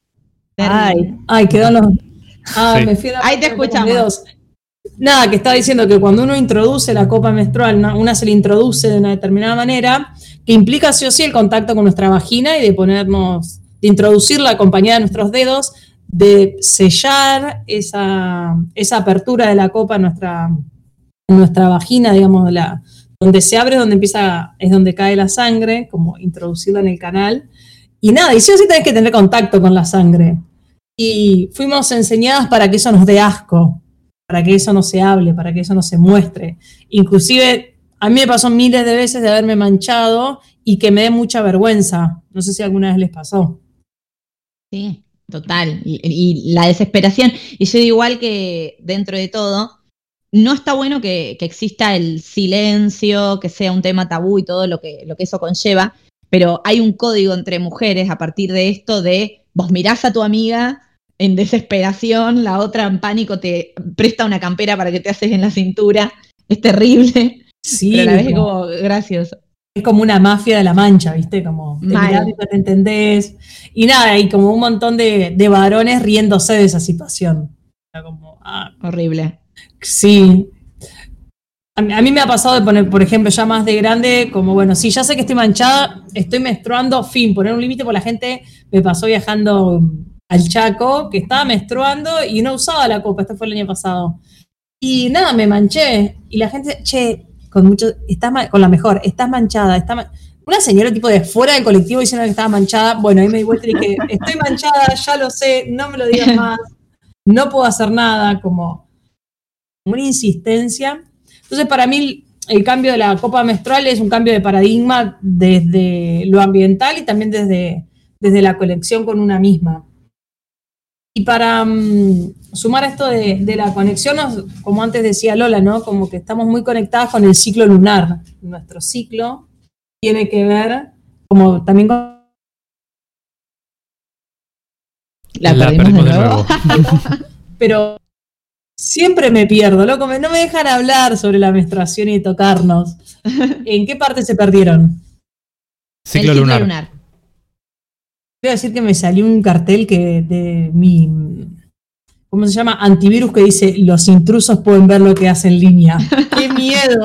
Ay, quedó los... Sí. Me fui a ahí te escuchamos. Nada, que estaba diciendo que cuando uno introduce la copa menstrual, una se la introduce de una determinada manera, que implica sí o sí el contacto con nuestra vagina y de introducirla acompañada de nuestros dedos, de sellar esa apertura de la copa en nuestra vagina, digamos, donde se abre, es donde cae la sangre, como introducirla en el canal. Y nada, y sí o sí tenés que tener contacto con la sangre. Y fuimos enseñadas para que eso nos dé asco, para que eso no se hable, para que eso no se muestre. Inclusive, a mí me pasó miles de veces de haberme manchado y que me dé mucha vergüenza. No sé si alguna vez les pasó. Sí, total. Y la desesperación. Y yo digo igual que dentro de todo, no está bueno que exista el silencio, que sea un tema tabú y todo lo que eso conlleva, pero hay un código entre mujeres a partir de esto de vos mirás a tu amiga en desesperación, la otra en pánico te presta una campera para que te haces en la cintura, es terrible, sí, pero a la vez es como gracioso. Es como una mafia de la mancha, ¿viste? Como te mirás y no te entendés. Y nada, hay como un montón de varones riéndose de esa situación. Como, horrible. Sí. A mí me ha pasado de poner, por ejemplo, ya más de grande, como sí, ya sé que estoy manchada, estoy menstruando, poner un límite, porque la gente me pasó viajando al Chaco, que estaba menstruando y no usaba la copa, esto fue el año pasado. Y nada, me manché, y la gente, con la mejor, estás manchada, una señora tipo de fuera del colectivo diciendo que estaba manchada, ahí me di vuelta y dije, estoy manchada, ya lo sé, no me lo digas más, no puedo hacer nada, como una insistencia. Entonces, para mí, el cambio de la copa menstrual es un cambio de paradigma desde lo ambiental y también desde desde la conexión con una misma. Y para sumar esto de la conexión, como antes decía Lola, ¿no? Como que estamos muy conectadas con el ciclo lunar. Nuestro ciclo tiene que ver como también con... La perdimos de nuevo. Pero siempre me pierdo, loco, no me dejan hablar sobre la menstruación y tocarnos. ¿En qué parte se perdieron? Ciclo lunar. Quiero decir que me salió un cartel de mi, ¿cómo se llama? Antivirus, que dice: los intrusos pueden ver lo que hace en línea. ¡Qué miedo!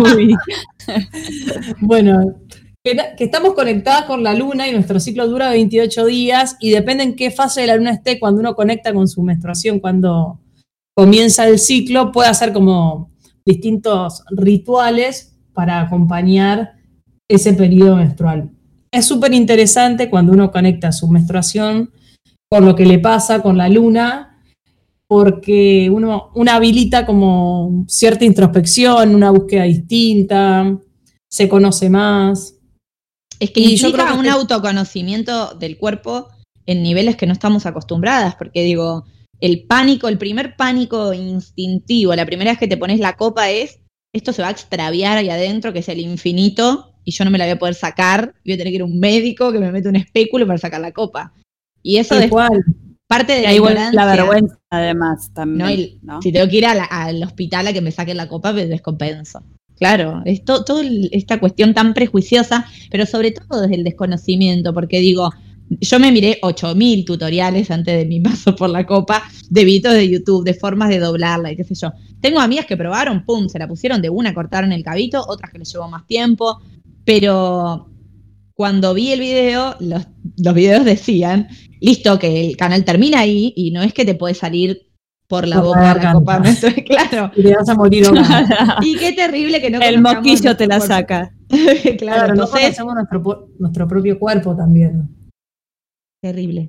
Bueno, que estamos conectadas con la luna y nuestro ciclo dura 28 días y depende en qué fase de la luna esté cuando uno conecta con su menstruación, cuando comienza el ciclo, puede hacer como distintos rituales para acompañar ese periodo menstrual. Es súper interesante cuando uno conecta su menstruación con lo que le pasa con la luna, porque uno habilita como cierta introspección, una búsqueda distinta, se conoce más. Es que implica un autoconocimiento del cuerpo en niveles que no estamos acostumbradas, porque digo, el primer pánico instintivo, la primera vez que te pones la copa es: esto se va a extraviar ahí adentro, que es el infinito, y yo no me la voy a poder sacar, voy a tener que ir a un médico que me mete un espéculo para sacar la copa. Y eso es parte de la ignorancia. La vergüenza, además, también, ¿no? Si tengo que ir al hospital a que me saquen la copa, me descompenso. Claro, es toda esta cuestión tan prejuiciosa, pero sobre todo desde el desconocimiento, porque digo, yo me miré 8.000 tutoriales antes de mi paso por la copa, de videos de YouTube, de formas de doblarla y qué sé yo. Tengo amigas que probaron, pum, se la pusieron de una, cortaron el cabito, otras que les llevó más tiempo, pero cuando vi el video, los videos decían: listo, que el canal termina ahí y no es que te puede salir por la boca la copa menstrual, claro. Y te vas a morir ahogada. Y qué terrible que no el moquillo te la saca. Claro, no conocemos nuestro propio cuerpo también. Terrible.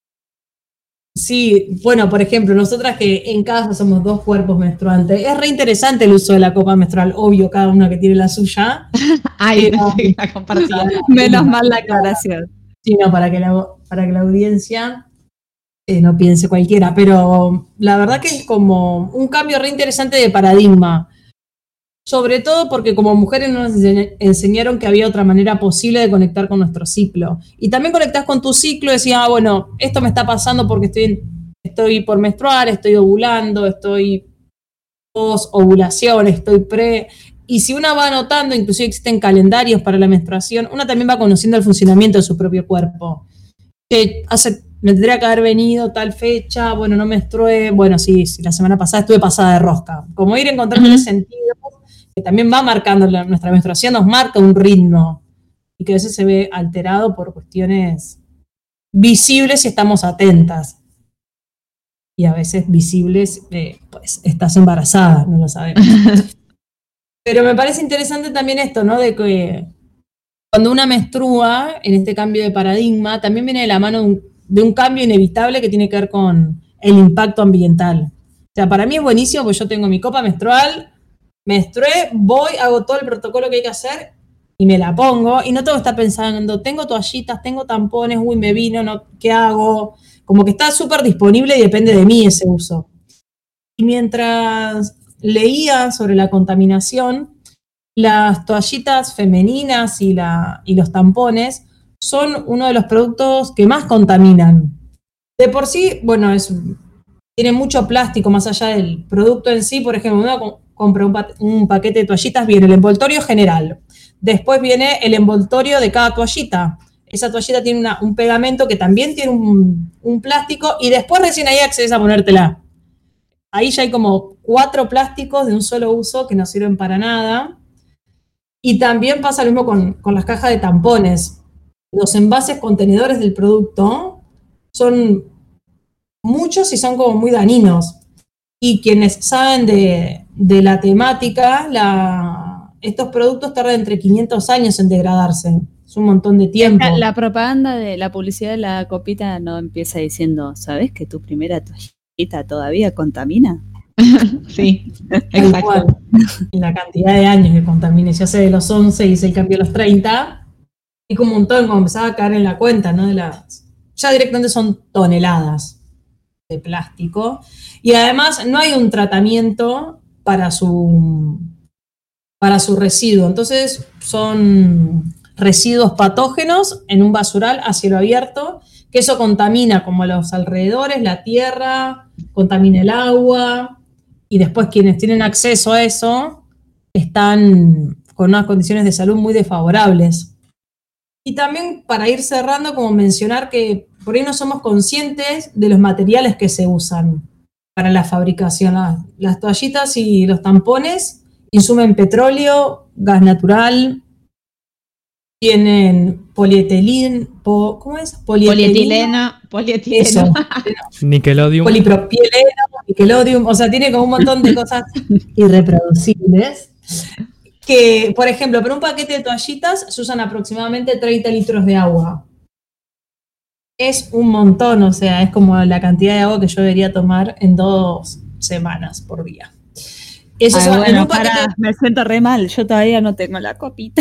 Sí, bueno, por ejemplo, nosotras que en casa somos 2 cuerpos menstruantes, es re interesante el uso de la copa menstrual, obvio, cada una que tiene la suya. Ay, sí, la compartida. Menos mal la aclaración. Sí, no, para que la audiencia no piense cualquiera, pero la verdad que es como un cambio re interesante de paradigma. Sobre todo porque como mujeres nos enseñaron que había otra manera posible de conectar con nuestro ciclo. Y también conectás con tu ciclo y decís: bueno, esto me está pasando porque estoy por menstruar, estoy ovulando, estoy post-ovulación, estoy pre. Y si una va anotando, inclusive existen calendarios para la menstruación, una también va conociendo el funcionamiento de su propio cuerpo. Me tendría que haber venido tal fecha, bueno, no menstrué, bueno, sí, la semana pasada estuve pasada de rosca. Como ir encontrando ese sentido que también va marcando nuestra menstruación, nos marca un ritmo y que a veces se ve alterado por cuestiones visibles si estamos atentas. Y a veces visibles, pues estás embarazada, no lo sabemos. Pero me parece interesante también esto, ¿no? De que cuando una menstrua, en este cambio de paradigma, también viene de la mano de un cambio inevitable que tiene que ver con el impacto ambiental. O sea, para mí es buenísimo porque yo tengo mi copa menstrual, menstrué, voy, hago todo el protocolo que hay que hacer y me la pongo y no tengo que estar pensando: tengo toallitas, tengo tampones, uy, me vino, no, ¿qué hago? Como que está súper disponible y depende de mí ese uso. Y mientras leía sobre la contaminación, las toallitas femeninas y los tampones son uno de los productos que más contaminan. De por sí, bueno, tiene mucho plástico más allá del producto en sí. Por ejemplo, uno compra un paquete de toallitas, viene el envoltorio general, después viene el envoltorio de cada toallita. Esa toallita tiene un pegamento que también tiene un plástico y después recién ahí accedes a ponértela. Ahí ya hay como 4 plásticos de un solo uso que no sirven para nada. Y también pasa lo mismo con las cajas de tampones. Los envases contenedores del producto son muchos y son como muy dañinos. Y quienes saben de la temática, estos productos tardan entre 500 años en degradarse. Es un montón de tiempo. La propaganda de la publicidad de la copita no empieza diciendo: ¿sabes que tu primera toallita todavía contamina? Sí, exacto. La cantidad de años que contamina. Si hace de los 11 y se cambió a los 30, y como un montón, como empezaba a caer en la cuenta, ¿no? Ya directamente son toneladas de plástico. Y además no hay un tratamiento para su residuo. Entonces son residuos patógenos en un basural a cielo abierto, que eso contamina como los alrededores, la tierra, contamina el agua, y después quienes tienen acceso a eso están con unas condiciones de salud muy desfavorables. Y también, para ir cerrando, como mencionar que por ahí no somos conscientes de los materiales que se usan para la fabricación. Las toallitas y los tampones insumen petróleo, gas natural, tienen polietileno, ¿cómo es? Polietileno. Eso, Nickelodeum. polipropileno, nickelodeum, o sea, tiene como un montón de cosas irreproducibles. Que, por ejemplo, para un paquete de toallitas se usan aproximadamente 30 litros de agua. Es un montón, o sea, es como la cantidad de agua que yo debería tomar en 2 semanas por día. Eso en un paquete. Me siento re mal, yo todavía no tengo la copita.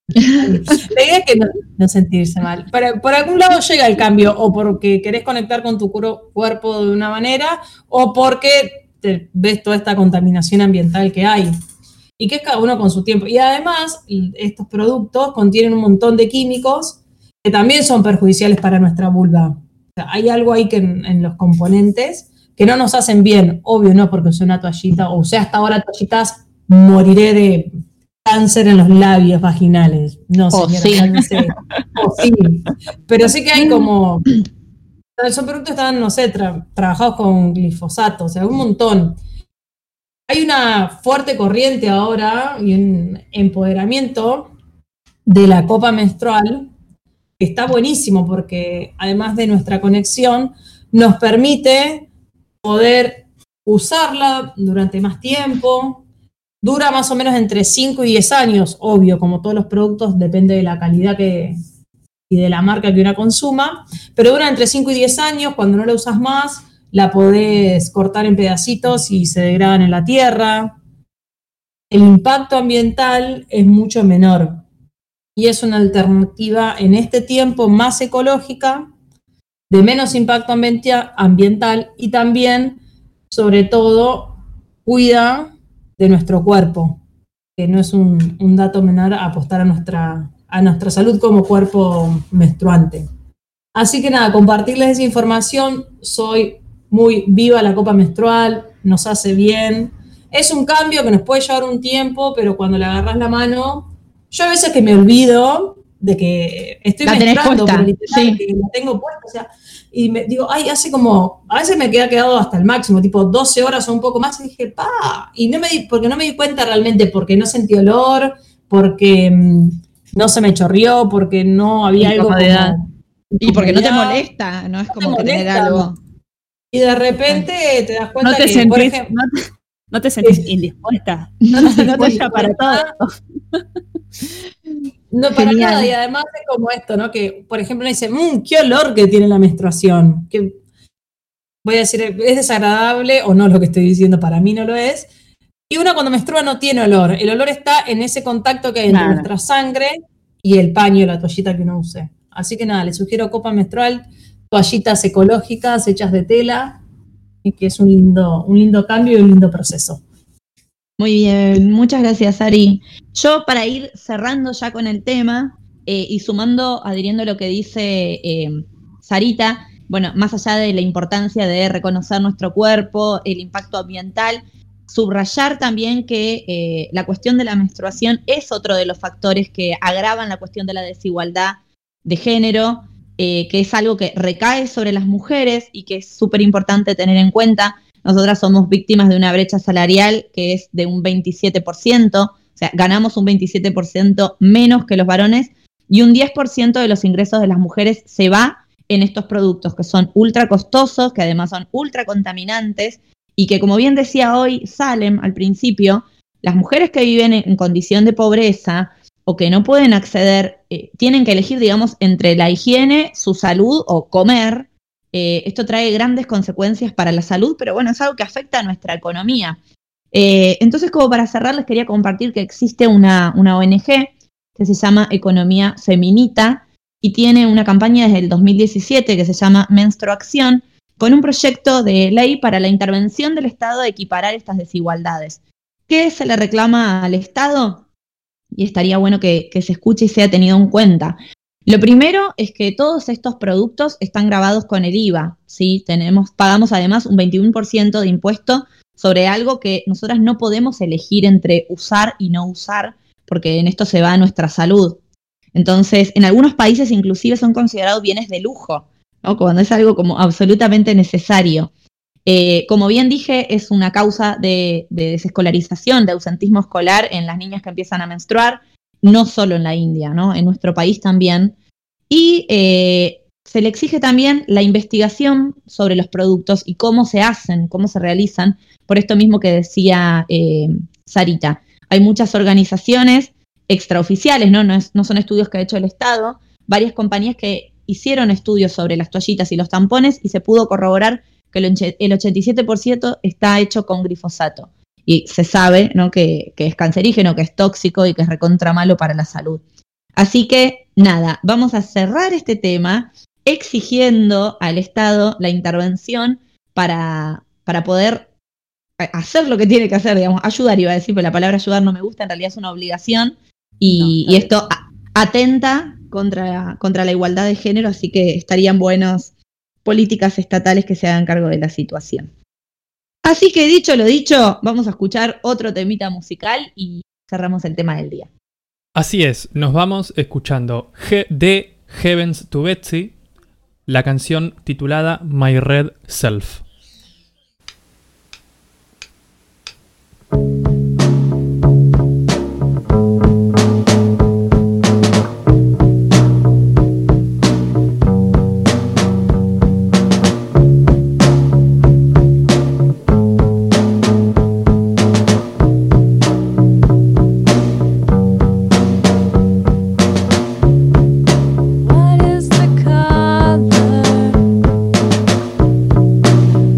La idea es que no sentirse mal. Por algún lado llega el cambio, o porque querés conectar con tu cuerpo de una manera, o porque ves toda esta contaminación ambiental que hay. Y que es cada uno con su tiempo. Y además, estos productos contienen un montón de químicos que también son perjudiciales para nuestra vulva. O sea, hay algo ahí que en los componentes que no nos hacen bien. Obvio, no porque usé una toallita, o usé hasta ahora toallitas, moriré de cáncer en los labios vaginales. No, señora, no sé. Sí. Pero sí que hay como... Esos productos están, no sé, trabajados con glifosato, o sea, un montón. Hay una fuerte corriente ahora y un empoderamiento de la copa menstrual que está buenísimo porque además de nuestra conexión nos permite poder usarla durante más tiempo. Dura más o menos entre 5 y 10 años, obvio, como todos los productos, depende de la calidad y de la marca que uno consuma, pero dura entre 5 y 10 años. Cuando no la usas más, la podés cortar en pedacitos y se degradan en la tierra. El impacto ambiental es mucho menor y es una alternativa en este tiempo más ecológica, de menos impacto ambiental y también, sobre todo, cuida de nuestro cuerpo, que no es un dato menor a apostar a nuestra salud como cuerpo menstruante. Así que nada, compartirles esa información. Soy muy viva la copa menstrual, nos hace bien. Es un cambio que nos puede llevar un tiempo, pero cuando le agarras la mano, yo a veces que me olvido de que estoy menstruando, pero literal, que la tengo puesta, o sea, y me digo, ay, hace como, a veces me quedado hasta el máximo, tipo 12 horas o un poco más, y dije, y porque no me di cuenta realmente, porque no sentí olor, porque no se me chorrió, porque no había algo como... Y porque no te molesta, no es como que tener algo. Y de repente te das cuenta por ejemplo, no te sentís indispuesta. No te indispuesta para todo. No, para nada. Y además es como esto, ¿no? Que, por ejemplo, uno dice, qué olor que tiene la menstruación. Que, voy a decir, es desagradable o no lo que estoy diciendo, para mí no lo es. Y uno cuando menstrua no tiene olor. El olor está en ese contacto que hay entre nuestra sangre y el paño, la toallita que uno use. Así que nada, les sugiero copa menstrual, toallitas ecológicas hechas de tela, y que es un lindo cambio y un lindo proceso. Muy bien, muchas gracias, Ari. Yo, para ir cerrando ya con el tema y adhiriendo a lo que dice Sarita, bueno, más allá de la importancia de reconocer nuestro cuerpo, el impacto ambiental, subrayar también que la cuestión de la menstruación es otro de los factores que agravan la cuestión de la desigualdad de género, que es algo que recae sobre las mujeres y que es súper importante tener en cuenta. Nosotras somos víctimas de una brecha salarial que es de un 27%, o sea, ganamos un 27% menos que los varones, y un 10% de los ingresos de las mujeres se va en estos productos que son ultra costosos, que además son ultra contaminantes, y que, como bien decía hoy Salem al principio, las mujeres que viven en condición de pobreza o que no pueden acceder, tienen que elegir, digamos, entre la higiene, su salud o comer. Esto trae grandes consecuencias para la salud, pero bueno, es algo que afecta a nuestra economía. Entonces, como para cerrar, les quería compartir que existe una ONG que que se llama Economía Feminita y tiene una campaña desde el 2017 que se llama Menstruación, con un proyecto de ley para la intervención del Estado de equiparar estas desigualdades. ¿Qué se le reclama al Estado? Y estaría bueno que se escuche y sea tenido en cuenta. Lo primero es que todos estos productos están gravados con el IVA, ¿sí? Pagamos además un 21% de impuesto sobre algo que nosotras no podemos elegir entre usar y no usar, porque en esto se va nuestra salud. Entonces, en algunos países inclusive son considerados bienes de lujo, ¿no? Cuando es algo como absolutamente necesario. Como bien dije, es una causa de desescolarización, de ausentismo escolar en las niñas que empiezan a menstruar, no solo en la India, ¿no? En nuestro país también. Y se le exige también la investigación sobre los productos y cómo se hacen, cómo se realizan, por esto mismo que decía Sarita. Hay muchas organizaciones extraoficiales, ¿no? No son estudios que ha hecho el Estado, varias compañías que hicieron estudios sobre las toallitas y los tampones y se pudo corroborar que el 87% está hecho con glifosato. Y se sabe, ¿no? que es cancerígeno, que es tóxico y que es recontra malo para la salud. Así que, nada, vamos a cerrar este tema exigiendo al Estado la intervención para poder hacer lo que tiene que hacer, digamos, ayudar, iba a decir, pero la palabra ayudar no me gusta, en realidad es una obligación, y esto atenta contra la igualdad de género, así que estarían buenas políticas estatales que se hagan cargo de la situación. Así que dicho lo dicho, vamos a escuchar otro temita musical y cerramos el tema del día. Así es, nos vamos escuchando de Heavens to Betsy, la canción titulada My Red Self. What is the color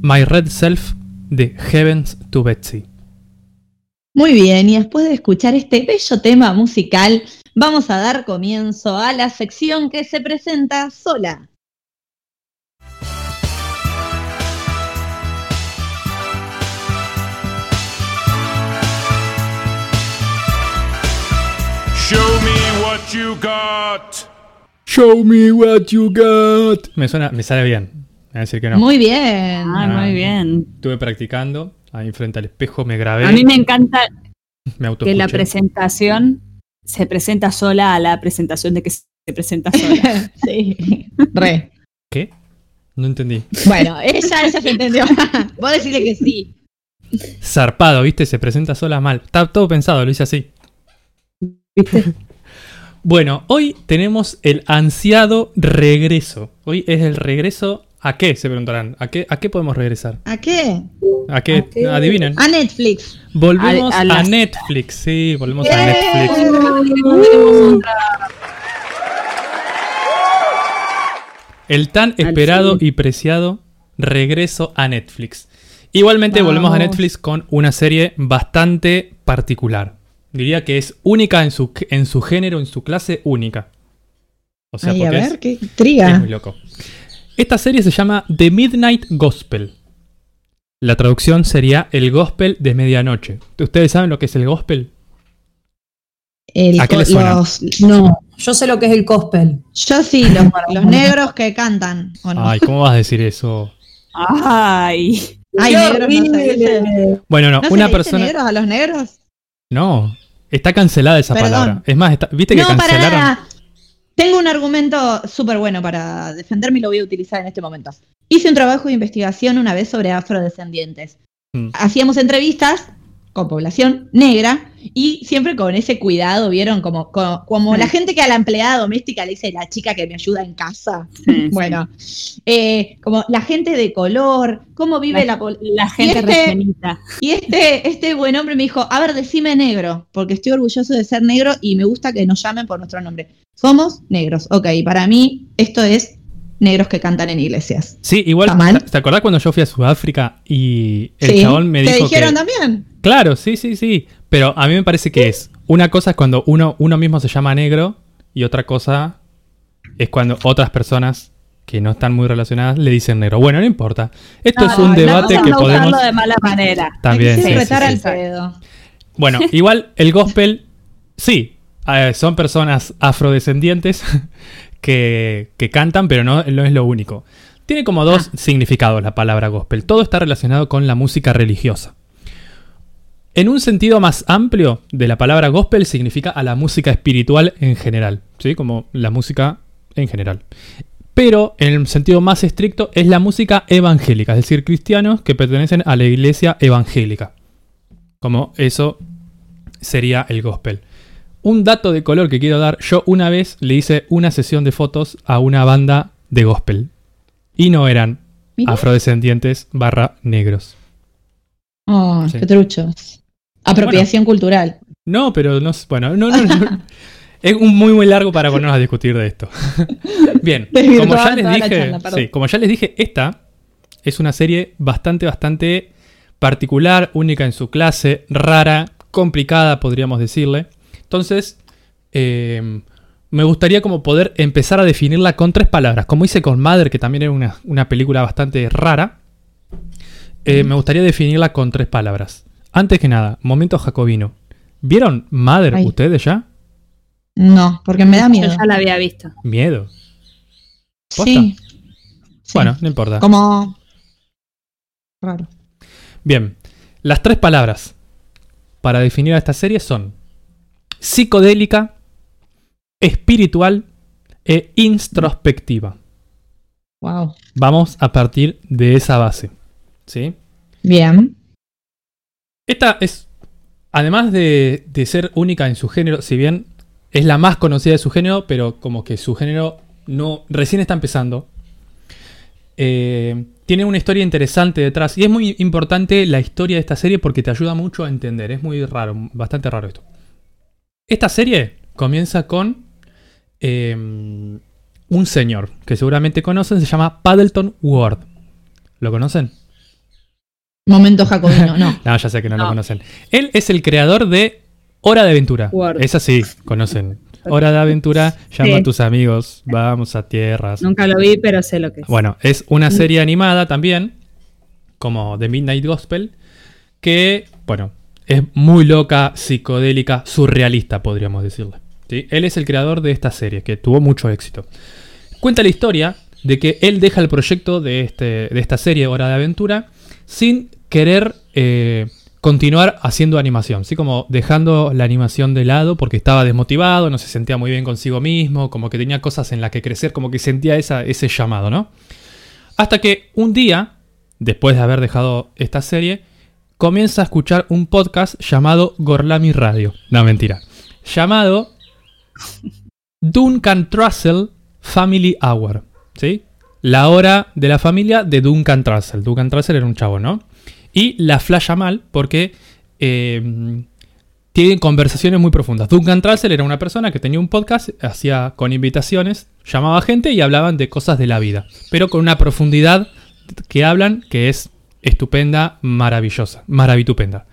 My Red Self de Heavens to Betsy. Muy bien, y después de escuchar este bello tema musical, vamos a dar comienzo a la sección que se presenta sola. Show me what you got. Show me what you got. Me sale bien. A decir que no. Muy bien. Muy bien. Estuve practicando ahí frente al espejo, me grabé. A mí me encanta me que la presentación se presenta sola a la presentación de que se presenta sola. Sí, re. ¿Qué? No entendí. Bueno, ella se entendió. Vos decirle que sí. Zarpado, ¿viste? Se presenta sola mal. Está todo pensado, lo hice así. ¿Viste? Bueno, hoy tenemos el ansiado regreso. Hoy es el regreso. ¿A qué? Se preguntarán. ¿A qué podemos regresar? ¿A qué? ¿A qué? Adivinen. A Netflix. Volvemos a las- Netflix. Sí, volvemos a Netflix. El tan esperado y preciado regreso a Netflix. Igualmente volvemos a Netflix con una serie bastante particular. Diría que es única en su género, en su clase única. O sea, Ay, a porque ver, qué intriga. es muy loco. Esta serie se llama The Midnight Gospel. La traducción sería El Gospel de Medianoche. ¿Ustedes saben lo que es el Gospel? ¿A qué les suena? No, yo sé lo que es el gospel. Yo sí, los negros que cantan. ¿O no? Ay, ¿cómo vas a decir eso? Ay. Ay, ¡Qué negros no se dice. horrible! Bueno, no, ¿No se una le dice persona... negros a los negros? No, está cancelada esa Perdón. palabra. Es más, ¿viste que No, para cancelaron? nada. Tengo un argumento súper bueno para defenderme y lo voy a utilizar en este momento. Hice un trabajo de investigación una vez sobre afrodescendientes. Hacíamos entrevistas con población negra y siempre con ese cuidado, ¿vieron? Como la gente que a la empleada doméstica le dice la chica que me ayuda en casa. Sí, Bueno, como la gente de color, cómo vive la gente rellenita. Y este buen hombre me dijo, a ver, decime negro, porque estoy orgulloso de ser negro y me gusta que nos llamen por nuestro nombre. Somos negros, ok, para mí esto es negros que cantan en iglesias. Sí, igual, ¿Está mal? ¿te acordás cuando yo fui a Sudáfrica y el Sí, chabón me dijo ¿te dijeron que... también? Claro, sí. Pero a mí me parece que es... Una cosa es cuando uno mismo se llama negro y otra cosa es cuando otras personas que no están muy relacionadas le dicen negro. Bueno, no importa. Esto es un debate que no podemos... usarlo de mala manera. También, Me quise sí, retar sí, al sí. pedo. Bueno, igual el gospel, sí, son personas afrodescendientes que cantan, pero no es lo único. Tiene como dos significados la palabra gospel. Todo está relacionado con la música religiosa. En un sentido más amplio de la palabra gospel significa a la música espiritual en general, ¿sí? Como la música en general. Pero en el sentido más estricto es la música evangélica, es decir, cristianos que pertenecen a la iglesia evangélica. Como eso sería el gospel. Un dato de color que quiero dar, yo una vez le hice una sesión de fotos a una banda de gospel. Y no eran Mirá. afrodescendientes / negros. Oh, Sí. qué truchos. Apropiación cultural. No, pero no, bueno, no. Es muy largo para ponernos a discutir de esto. Bien, como ya les toda la dije, charla, perdón. sí, como ya les dije, esta es una serie bastante particular, única en su clase, rara, complicada, podríamos decirle. Entonces, me gustaría como poder empezar a definirla con 3 palabras. Como hice con Mother, que también era una película bastante rara, me gustaría definirla con 3 palabras. Antes que nada, momento jacobino. ¿Vieron Mother Ay. ustedes ya? No, porque me da Yo miedo. ya la había visto. Miedo. ¿Posta? Sí. Sí. Bueno, no importa. Como raro. Bien, las 3 palabras para definir a esta serie son psicodélica, espiritual e introspectiva. Wow. Vamos a partir de esa base, ¿sí? Bien. Esta es, además de ser única en su género, si bien es la más conocida de su género, pero como que su género recién está empezando, tiene una historia interesante detrás. Y es muy importante la historia de esta serie porque te ayuda mucho a entender. Es muy raro, bastante raro esto. Esta serie comienza con un señor que seguramente conocen, se llama Paddleton Ward. ¿Lo conocen? Momento jacobino, no. No, ya sé que no lo conocen. Él es el creador de Hora de Aventura. Word. Esa sí, conocen. Hora de Aventura, llama a tus amigos, vamos a tierras. Nunca lo vi, pero sé lo que es. Bueno, es una serie animada también, como The Midnight Gospel, que, bueno, es muy loca, psicodélica, surrealista, podríamos decirle. ¿Sí? Él es el creador de esta serie, que tuvo mucho éxito. Cuenta la historia de que él deja el proyecto de esta serie, Hora de Aventura, sin querer continuar haciendo animación, ¿sí? Como dejando la animación de lado porque estaba desmotivado, no se sentía muy bien consigo mismo, como que tenía cosas en las que crecer, como que sentía ese llamado, ¿no? Hasta que un día, después de haber dejado esta serie, comienza a escuchar un podcast llamado Gorlami Radio. No, mentira. Llamado Duncan Trussell Family Hour, ¿sí? La hora de la familia de Duncan Trussell. Duncan Trussell era un chavo, ¿no? Y la flasha mal porque tiene conversaciones muy profundas. Duncan Trussell era una persona que tenía un podcast, hacía con invitaciones, llamaba a gente y hablaban de cosas de la vida, pero con una profundidad que hablan que es estupenda, maravillosa, maravitupenda.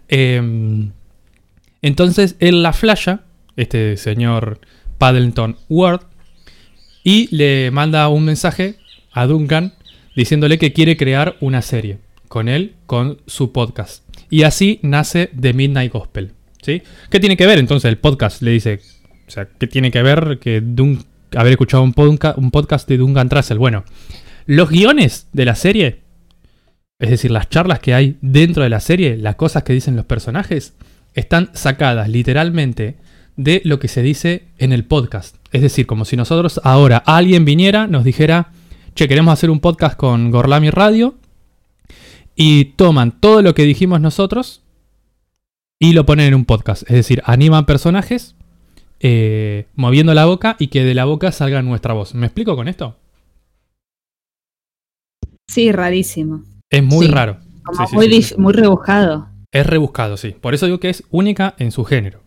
Entonces él la flasha, este señor Paddleton Ward, y le manda un mensaje a Duncan diciéndole que quiere crear una serie con él, con su podcast. Y así nace The Midnight Gospel, ¿sí? ¿Qué tiene que ver entonces el podcast? Le dice, o sea, ¿qué tiene que ver que haber escuchado un podcast de Duncan Trussell? Bueno, los guiones de la serie, es decir, las charlas que hay dentro de la serie, las cosas que dicen los personajes, están sacadas literalmente de lo que se dice en el podcast. Es decir, como si nosotros ahora alguien viniera, nos dijera, che, queremos hacer un podcast con Gorlami Radio, y toman todo lo que dijimos nosotros y lo ponen en un podcast. Es decir, animan personajes moviendo la boca y que de la boca salga nuestra voz. ¿Me explico con esto? Sí, rarísimo. Es muy raro. Como Sí. muy rebuscado. Es rebuscado, sí. Por eso digo que es única en su género.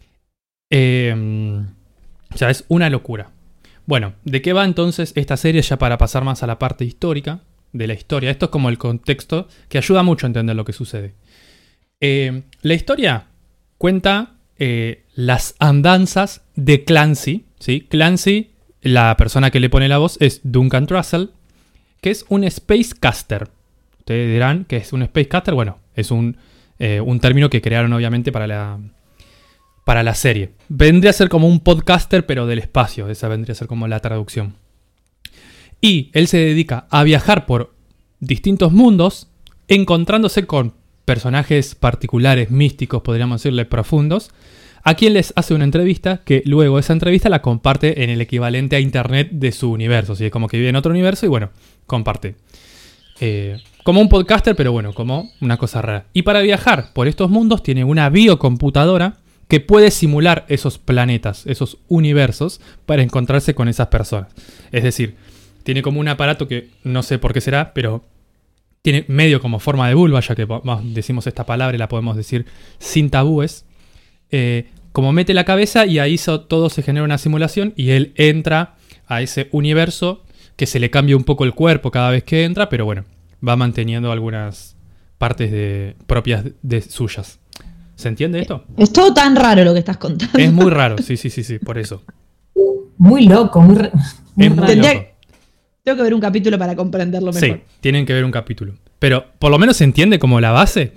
O sea, es una locura. Bueno, ¿de qué va entonces esta serie ya para pasar más a la parte histórica de la historia? Esto es como el contexto que ayuda mucho a entender lo que sucede. La historia cuenta las andanzas de Clancy, ¿sí? Clancy, la persona que le pone la voz, es Duncan Trussell, que es un Spacecaster. Ustedes dirán que es un Spacecaster. Bueno, es un término que crearon obviamente para la serie. Vendría a ser como un podcaster, pero del espacio. Esa vendría a ser como la traducción. Y él se dedica a viajar por distintos mundos, encontrándose con personajes particulares, místicos, podríamos decirle, profundos, a quien les hace una entrevista que luego esa entrevista la comparte en el equivalente a internet de su universo. Así como que vive en otro universo y bueno, comparte. Como un podcaster, pero bueno, como una cosa rara. Y para viajar por estos mundos tiene una biocomputadora que puede simular esos planetas, esos universos, para encontrarse con esas personas. Es decir, tiene como un aparato que no sé por qué será, pero tiene medio como forma de vulva, ya que decimos esta palabra y la podemos decir sin tabúes. Como mete la cabeza y ahí todo se genera una simulación y él entra a ese universo que se le cambia un poco el cuerpo cada vez que entra, pero bueno, va manteniendo algunas partes propias de suyas. ¿Se entiende esto? Es todo tan raro lo que estás contando. Es muy raro, sí, por eso. Muy loco, muy Es muy Tendría- loco. Tengo que ver un capítulo para comprenderlo mejor. Sí, tienen que ver un capítulo. Pero por lo menos se entiende como la base.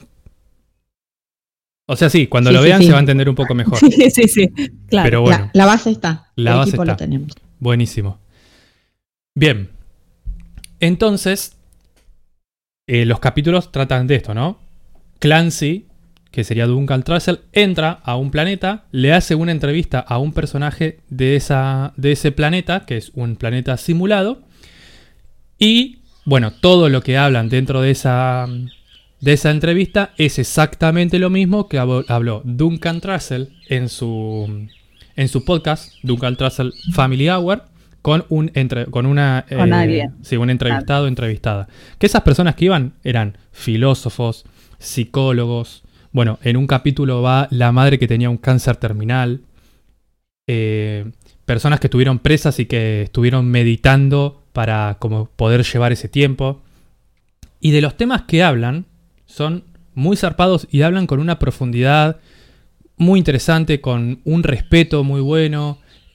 O sea, sí, cuando Sí, lo sí, vean sí. se va a entender un poco mejor. Sí, claro. Pero bueno, La base está. La El base equipo está. lo tenemos. buenísimo. Bien. Entonces, los capítulos tratan de esto, ¿no? Clancy, que sería Duncan Trussell, entra a un planeta, le hace una entrevista a un personaje de ese planeta, que es un planeta simulado, y, bueno, todo lo que hablan dentro de esa entrevista es exactamente lo mismo que habló Duncan Trussell en su podcast, Duncan Trussell Family Hour, con alguien. Sí, un entrevistado o entrevistada. Que esas personas que iban eran filósofos, psicólogos. Bueno, en un capítulo va la madre que tenía un cáncer terminal. Personas que estuvieron presas y que estuvieron meditando para como poder llevar ese tiempo. Y de los temas que hablan son muy zarpados y hablan con una profundidad muy interesante, con un respeto muy bueno.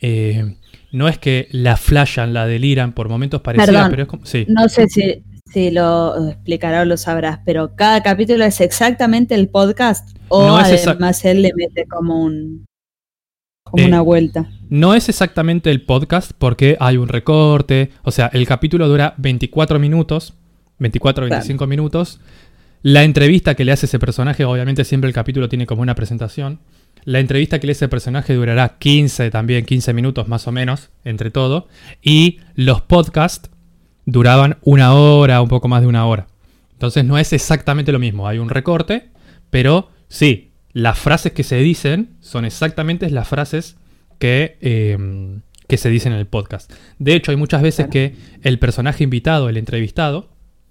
No es que la flashan, la deliran, por momentos pareciera, Perdón, pero es como... Sí. No sé si lo explicará o lo sabrás, pero cada capítulo es exactamente el podcast o No es además él le mete como una vuelta. No es exactamente el podcast porque hay un recorte. O sea, el capítulo dura 24 minutos, 25 minutos. La entrevista que le hace ese personaje, obviamente siempre el capítulo tiene como una presentación. La entrevista que le hace ese personaje durará 15 minutos más o menos, entre todo. Y los podcasts duraban 1 hora, un poco más de 1 hora. Entonces no es exactamente lo mismo. Hay un recorte, pero sí, las frases que se dicen son exactamente las frases que se dicen en el podcast. De hecho, hay muchas veces que el personaje invitado, el entrevistado,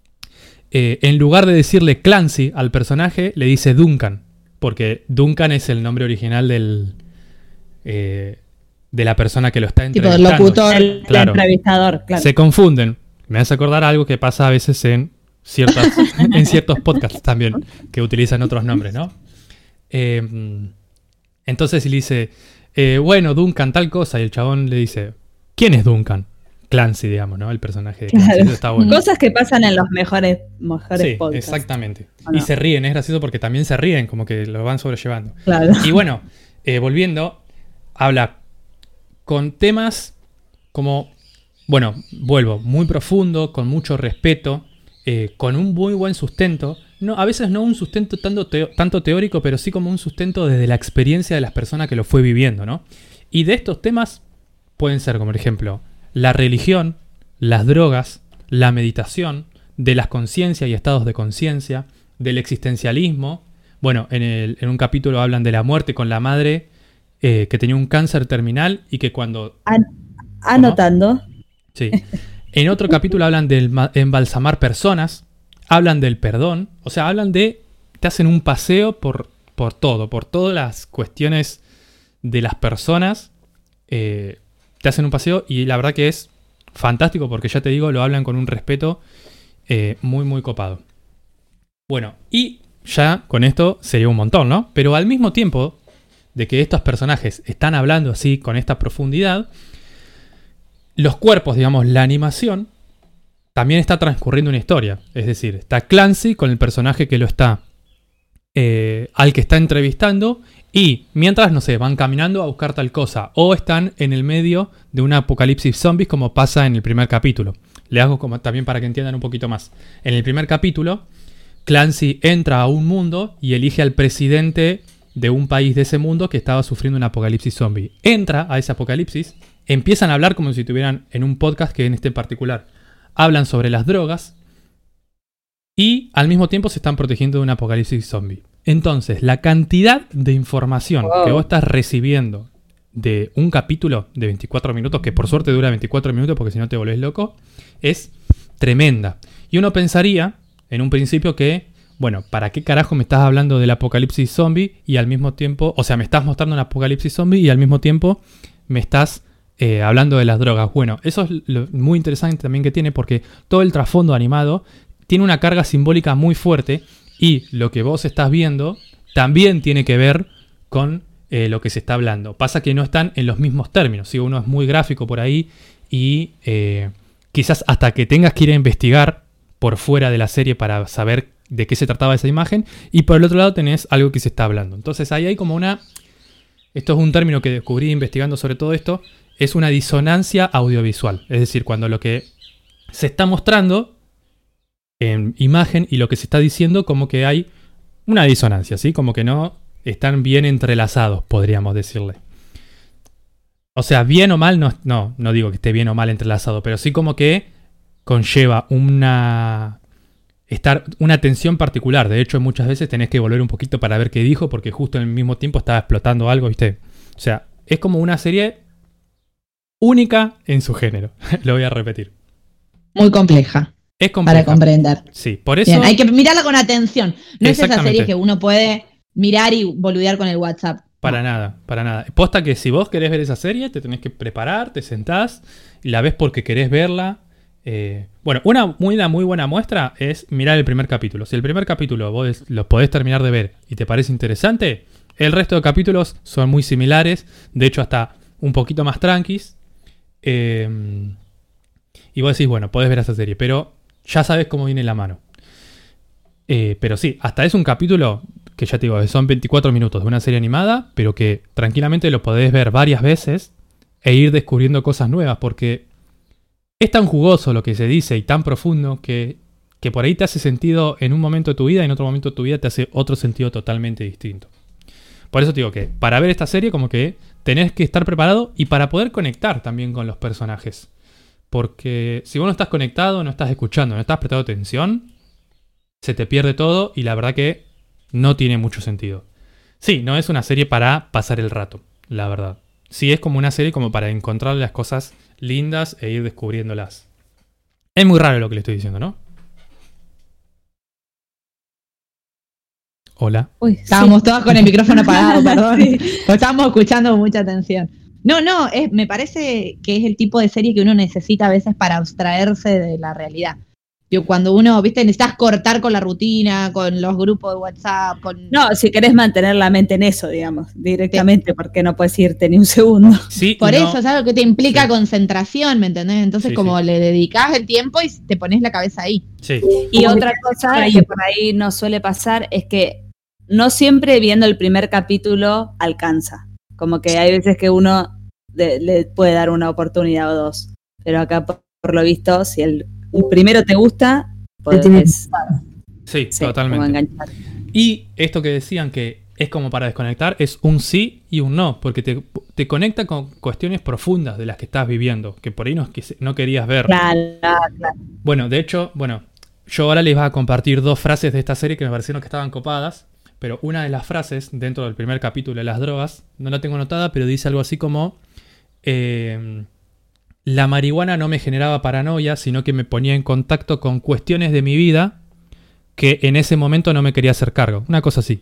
en lugar de decirle Clancy al personaje, le dice Duncan. Porque Duncan es el nombre original de la persona que lo está entrevistando. Tipo el locutor. El entrevistador, claro. Se confunden. Me hace acordar algo que pasa a veces en ciertos podcasts también, que utilizan otros nombres, ¿no? Entonces le dice, bueno, Duncan, tal cosa. Y el chabón le dice, ¿quién es Duncan? Clancy, digamos, ¿no? El personaje de Clancy. Claro. Eso está bueno. Cosas que pasan en los mejores Sí, podcasts. exactamente. ¿O no? Y se ríen, es gracioso porque también se ríen, como que lo van sobrellevando. Claro. Y bueno, volviendo, habla con temas como, bueno, vuelvo, muy profundo, con mucho respeto, con un muy buen sustento. No, a veces no un sustento tanto teórico, pero sí como un sustento desde la experiencia de las personas que lo fue viviendo, ¿no? Y de estos temas pueden ser, como por ejemplo, la religión, las drogas, la meditación, de las conciencias y estados de conciencia, del existencialismo. Bueno, en un capítulo hablan de la muerte con la madre que tenía un cáncer terminal y que cuando... Anotando. Sí. En otro capítulo hablan del embalsamar personas, hablan del perdón, o sea, hablan de... Te hacen un paseo por todo, por todas las cuestiones de las personas. Te hacen un paseo y la verdad que es fantástico porque ya te digo, lo hablan con un respeto muy, muy copado. Bueno, y ya con esto sería un montón, ¿no? Pero al mismo tiempo de que estos personajes están hablando así con esta profundidad, los cuerpos, digamos, la animación, también está transcurriendo una historia. Es decir, está Clancy con el personaje que lo está, al que está entrevistando, y mientras, no sé, van caminando a buscar tal cosa, o están en el medio de un apocalipsis zombies como pasa en el primer capítulo. Le hago como también para que entiendan un poquito más. En el primer capítulo, Clancy entra a un mundo y elige al presidente de un país de ese mundo que estaba sufriendo un apocalipsis zombie. Entra a ese apocalipsis, empiezan a hablar como si estuvieran en un podcast que en este en particular hablan sobre las drogas y al mismo tiempo se están protegiendo de un apocalipsis zombie. Entonces, la cantidad de información que vos estás recibiendo de un capítulo de 24 minutos, que por suerte dura 24 minutos porque si no te volvés loco, es tremenda. Y uno pensaría, en un principio, que, bueno, ¿para qué carajo me estás hablando del apocalipsis zombie y al mismo tiempo, o sea, me estás mostrando un apocalipsis zombie y al mismo tiempo me estás hablando de las drogas? Bueno, eso es lo muy interesante también que tiene porque todo el trasfondo animado tiene una carga simbólica muy fuerte y lo que vos estás viendo también tiene que ver con lo que se está hablando. Pasa que no están en los mismos términos. ¿Sí? Uno es muy gráfico por ahí y quizás hasta que tengas que ir a investigar por fuera de la serie para saber de qué se trataba esa imagen. Y por el otro lado tenés algo que se está hablando. Entonces ahí hay como una... Esto es un término que descubrí investigando sobre todo esto. Es una disonancia audiovisual. Es decir, cuando lo que se está mostrando en imagen y lo que se está diciendo como que hay una disonancia, ¿sí? Como que no están bien entrelazados, podríamos decirle. O sea, bien o mal, no digo que esté bien o mal entrelazado, pero sí como que conlleva una tensión particular. De hecho, muchas veces tenés que volver un poquito para ver qué dijo, porque justo en el mismo tiempo estaba explotando algo, ¿viste? O sea, es como una serie única en su género. Lo voy a repetir. Muy compleja. Es compleja. Para comprender. Sí, por eso... Bien, hay que mirarla con atención. No es esa Exactamente. serie que uno puede mirar y boludear con el WhatsApp. Para nada, para nada. Posta que si vos querés ver esa serie, te tenés que preparar, te sentás, y la ves porque querés verla, Bueno, una muy buena muestra es mirar el primer capítulo. Si el primer capítulo vos lo podés terminar de ver y te parece interesante, el resto de capítulos son muy similares, de hecho hasta un poquito más tranquis. Y vos decís, bueno, podés ver esa serie, pero ya sabes cómo viene la mano. Pero sí, hasta es un capítulo que ya te digo, son 24 minutos de una serie animada, pero que tranquilamente lo podés ver varias veces e ir descubriendo cosas nuevas, porque es tan jugoso lo que se dice y tan profundo que por ahí te hace sentido en un momento de tu vida y en otro momento de tu vida te hace otro sentido totalmente distinto. Por eso te digo que para ver esta serie como que tenés que estar preparado y para poder conectar también con los personajes. Porque si vos no estás conectado, no estás escuchando, no estás prestando atención, se te pierde todo y la verdad que no tiene mucho sentido. Sí, no es una serie para pasar el rato, la verdad. Sí es como una serie como para encontrar las cosas lindas e ir descubriéndolas. Es muy raro lo que le estoy diciendo, ¿no? Hola. Uy, estábamos todas con el micrófono apagado, perdón. Lo estábamos escuchando con mucha atención. No, me parece que es el tipo de serie que uno necesita a veces para abstraerse de la realidad. Cuando uno, viste, necesitas cortar con la rutina, con los grupos de WhatsApp, No, si querés mantener la mente en eso, digamos, directamente, porque no puedes irte ni un segundo. Sí, por eso es algo que te implica concentración, ¿me entendés? Entonces Sí. le dedicás el tiempo y te pones la cabeza ahí. Sí. Y otra cosa que por ahí no suele pasar es que no siempre viendo el primer capítulo alcanza. Como que hay veces que uno le puede dar una oportunidad o dos. Pero acá, por lo visto, si el primero te gusta, podés Sí, totalmente. Y esto que decían que es como para desconectar, es un sí y un no, porque te conecta con cuestiones profundas de las que estás viviendo, que por ahí no querías ver. Claro. Bueno, de hecho, yo ahora les voy a compartir 2 frases de esta serie que me parecieron que estaban copadas, pero una de las frases dentro del primer capítulo de las drogas, no la tengo anotada, pero dice algo así como... la marihuana no me generaba paranoia, sino que me ponía en contacto con cuestiones de mi vida que en ese momento no me quería hacer cargo. Una cosa así.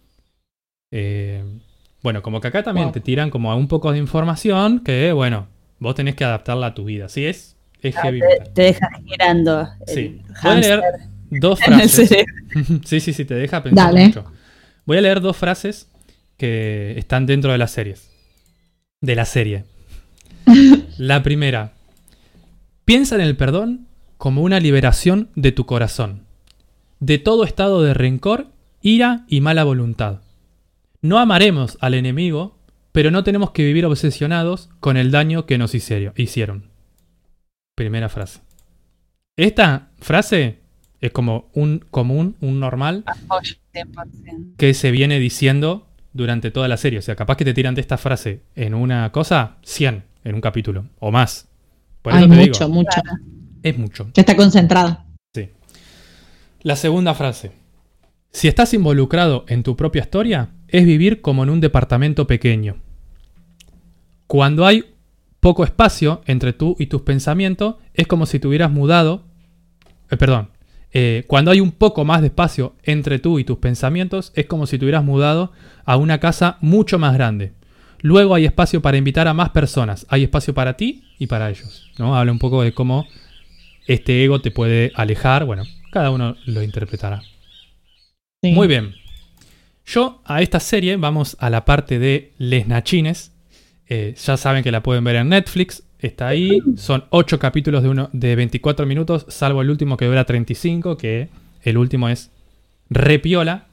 Bueno, como que acá también te tiran como a un poco de información que, bueno, vos tenés que adaptarla a tu vida. ¿Sí? Es heavy. Te deja girando. Sí. Voy a leer 2 frases. Sí, te deja pensar mucho. Voy a leer 2 frases que están dentro de las series. De la serie. La primera. Piensa en el perdón como una liberación de tu corazón, de todo estado de rencor, ira y mala voluntad. No amaremos al enemigo, pero no tenemos que vivir obsesionados con el daño que nos hicieron. Primera frase. Esta frase es como un común, un normal, que se viene diciendo durante toda la serie. O sea, capaz que te tiran de esta frase en una cosa, 100 en un capítulo, o más. Por eso te digo, mucho. Es mucho. Que está concentrado. Sí. La segunda frase. Si estás involucrado en tu propia historia, es vivir como en un departamento pequeño. Cuando hay poco espacio entre tú y tus pensamientos, es como si te hubieras mudado... cuando hay un poco más de espacio entre tú y tus pensamientos, es como si te hubieras mudado a una casa mucho más grande. Luego hay espacio para invitar a más personas. Hay espacio para ti y para ellos, ¿no? Habla un poco de cómo este ego te puede alejar. Bueno, cada uno lo interpretará. Sí. Muy bien. Yo a esta serie vamos a la parte de Les Nachines. Ya saben que la pueden ver en Netflix. Está ahí. Son 8 capítulos de 24 minutos, salvo el último que dura 35, que el último es repiola.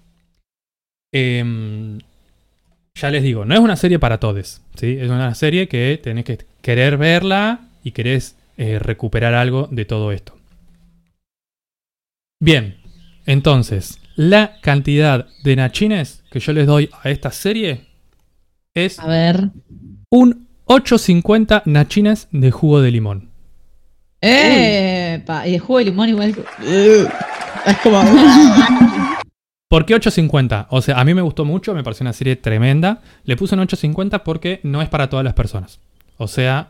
Ya les digo, no es una serie para todos, ¿sí? Es una serie que tenés que querer verla y querés recuperar algo de todo esto. Bien, entonces, la cantidad de nachines que yo les doy a esta serie es un 850 nachines de jugo de limón. Y de jugo de limón igual... Es como... ¿Por qué 8.50? O sea, a mí me gustó mucho, me pareció una serie tremenda. Le puse un 8.50 porque no es para todas las personas. O sea,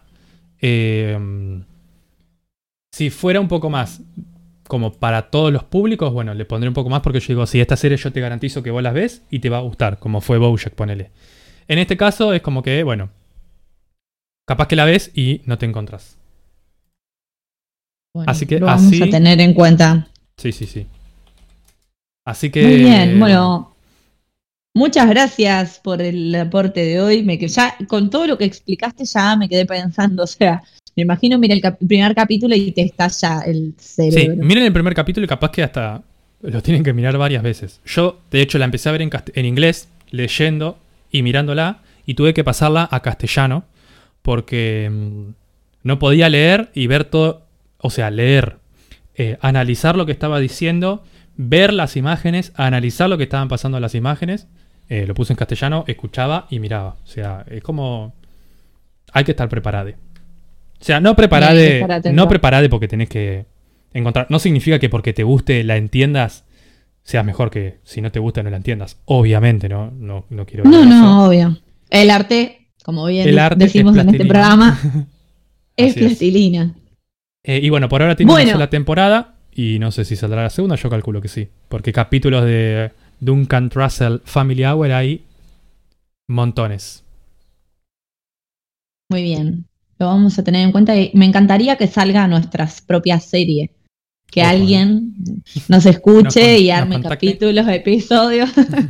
si fuera un poco más como para todos los públicos, bueno, le pondré un poco más porque yo digo, si esta serie yo te garantizo que vos las ves y te va a gustar, como fue BoJack, ponele. En este caso es como que, bueno, capaz que la ves y no te encontrás. Bueno, Así que lo vamos a tener en cuenta. Sí. Así que... Muy bien, bueno, muchas gracias por el aporte de hoy. Ya con todo lo que explicaste ya me quedé pensando, o sea, me imagino mira el primer capítulo y te estalla el cerebro. Sí, miren el primer capítulo y capaz que hasta lo tienen que mirar varias veces. Yo, de hecho, la empecé a ver en inglés, leyendo y mirándola, y tuve que pasarla a castellano porque no podía leer y ver todo, o sea, leer, analizar lo que estaba diciendo, ver las imágenes, analizar lo que estaban pasando en las imágenes. Lo puse en castellano, escuchaba y miraba. O sea, es como... Hay que estar preparado. O sea, no preparade porque tenés que encontrar... No significa que porque te guste la entiendas seas mejor que si no te gusta no la entiendas. Obviamente, no quiero... No, obvio. El arte, como bien decimos en este programa, es plastilina. Y bueno, por ahora tiene una sola temporada y no sé si saldrá la segunda, yo calculo que sí. Porque capítulos de Duncan Trussell Family Hour hay montones. Muy bien, lo vamos a tener en cuenta y me encantaría que salga nuestra propia serie. Que alguien nos escuche y arme capítulos, episodios.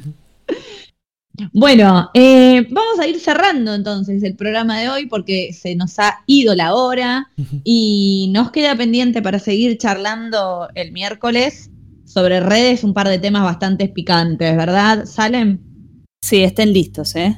Bueno, vamos a ir cerrando entonces el programa de hoy porque se nos ha ido la hora y nos queda pendiente para seguir charlando el miércoles sobre redes, un par de temas bastante picantes, ¿verdad, Salem? Sí, estén listos, ¿eh?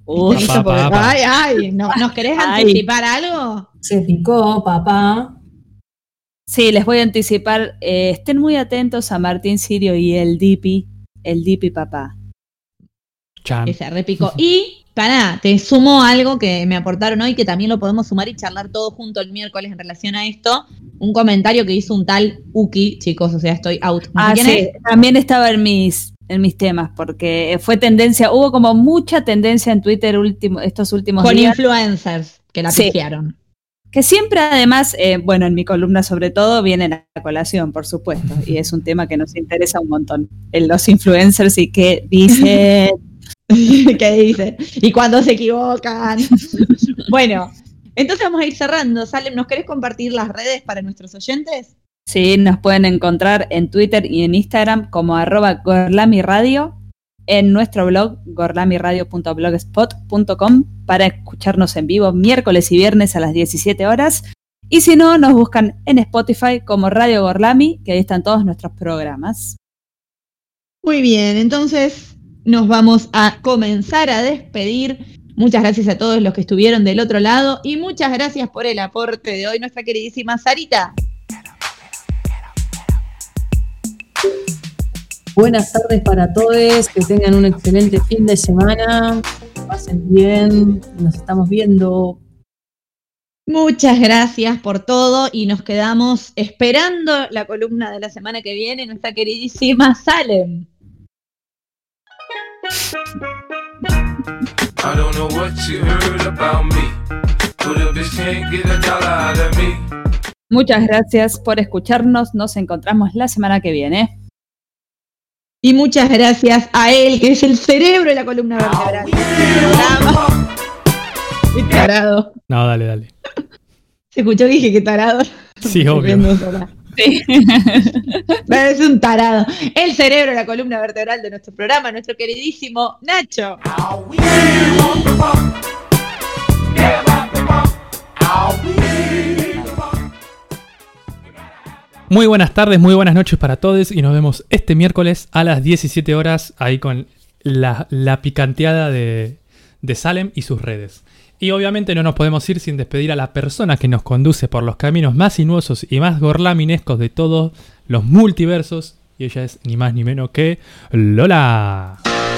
Ay, ¿nos querés anticipar algo? Se picó, papá. Sí, les voy a anticipar. Estén muy atentos a Martín Sirio y el Dipi papá. Que se repicó. Y, te sumo algo que me aportaron hoy, que también lo podemos sumar y charlar todo junto el miércoles en relación a esto. Un comentario que hizo un tal Uki, chicos, o sea, estoy out. ¿No sé quién es? También estaba en mis temas, porque fue tendencia, hubo como mucha tendencia en Twitter estos últimos días. Con influencers que la pifiaron. Que siempre además, en mi columna sobre todo, viene a colación, por supuesto, y es un tema que nos interesa un montón. Los influencers y qué dicen... ¿Qué dicen? Y cuando se equivocan. Bueno, entonces vamos a ir cerrando. Salem, ¿nos querés compartir las redes para nuestros oyentes? Sí, nos pueden encontrar en Twitter y en Instagram como @gorlamiradio, en nuestro blog gorlamiradio.blogspot.com para escucharnos en vivo miércoles y viernes a las 17 horas. Y si no, nos buscan en Spotify como Radio Gorlami, que ahí están todos nuestros programas. Muy bien, entonces nos vamos a comenzar a despedir. Muchas gracias a todos los que estuvieron del otro lado y muchas gracias por el aporte de hoy, nuestra queridísima Sarita. Buenas tardes para todos, que tengan un excelente fin de semana, que pasen bien, nos estamos viendo. Muchas gracias por todo y nos quedamos esperando la columna de la semana que viene, nuestra queridísima Salem. I don't know what you heard about me, but a bitch can't get a dollar out of me. Muchas gracias por escucharnos, nos encontramos la semana que viene. Y muchas gracias a él, que es el cerebro de la columna vertebral. Qué tarado. No, dale. ¿Se escuchó que dije que tarado? Sí, obvio. Sí. Es un tarado. El cerebro de la columna vertebral de nuestro programa, nuestro queridísimo Nacho. Muy buenas tardes, muy buenas noches para todos y nos vemos este miércoles a las 17 horas ahí con la picanteada de Salem y sus redes. Y obviamente no nos podemos ir sin despedir a la persona que nos conduce por los caminos más sinuosos y más gorlaminescos de todos los multiversos. Y ella es ni más ni menos que Lola.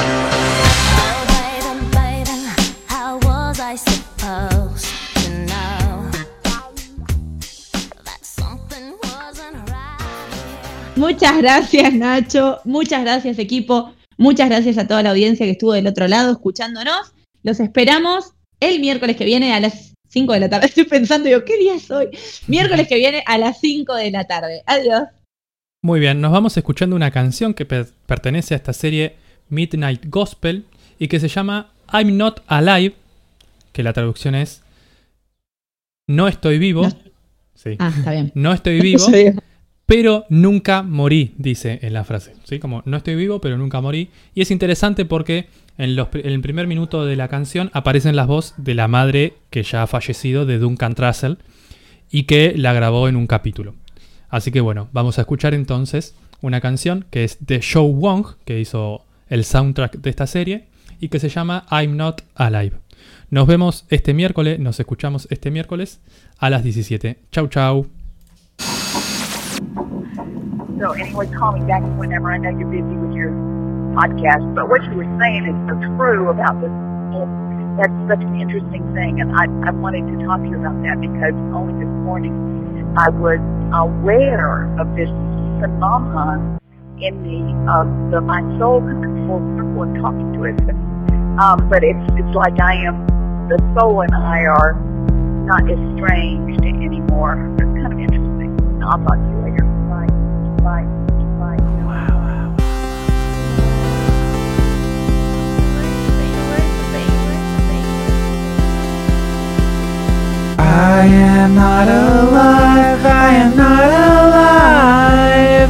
Muchas gracias, Nacho. Muchas gracias, equipo. Muchas gracias a toda la audiencia que estuvo del otro lado escuchándonos. Los esperamos el miércoles que viene a las 5 de la tarde. Estoy pensando, ¿qué día es hoy? Miércoles que viene a las 5 de la tarde. Adiós. Muy bien, nos vamos escuchando una canción que pertenece a esta serie Midnight Gospel y que se llama I'm Not Alive, que la traducción es No estoy vivo. Sí. Ah, está bien. No estoy vivo, Yo digo, pero nunca morí, dice en la frase. ¿Sí? Como no estoy vivo, pero nunca morí. Y es interesante porque en el primer minuto de la canción aparecen las voces de la madre que ya ha fallecido, de Duncan Trussell, y que la grabó en un capítulo. Así que bueno, vamos a escuchar entonces una canción que es de Joe Wong, que hizo el soundtrack de esta serie, y que se llama I'm Not Alive. Nos vemos este miércoles, nos escuchamos este miércoles a las 17. Chau, chau. So anyway, call me back whenever. I know you're busy with your podcast, but what you were saying is so true about this. That's such an interesting thing, and I wanted to talk to you about that because only this morning I was aware of this phenomenon in the my soul coming full circle and talking to it. But it's like I am, the soul and I are not estranged anymore. It's kind of interesting. I'll talk to you later. Bye. Bye. Bye. Wow. I am not alive, I am not alive.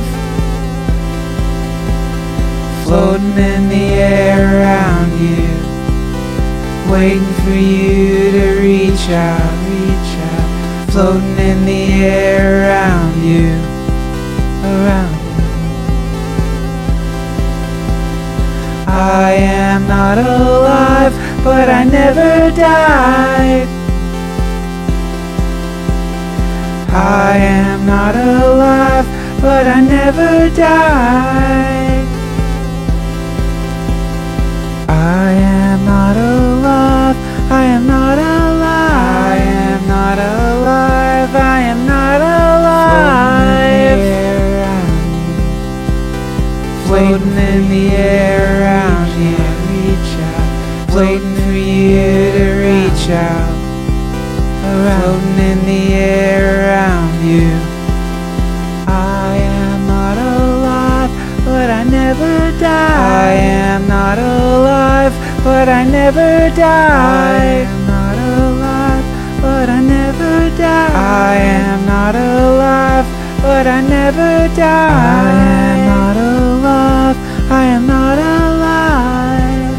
Floating in the air around you, waiting for you to reach out. Floating in the air around you, around you. I am not alive, but I never died. I am not alive, but I never died. I am not alive, I am not alive. I am not alive, I am not alive. Floating in the air around you, reach out, waiting for you to reach out. Floating in the air around you. I am not alive, but I never die. I am not alive, but I never die. I am not alive, but I never die. I am not alive, but I never die. I am not alive, I am not alive.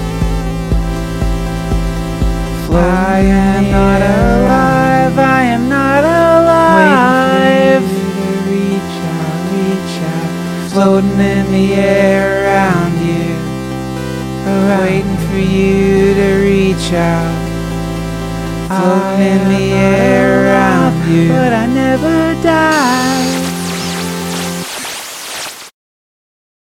I am not alive, I am not alive. Waiting for you to reach out, floating in the air around you. Waiting for you to reach out, floating in the air around you. But I never die.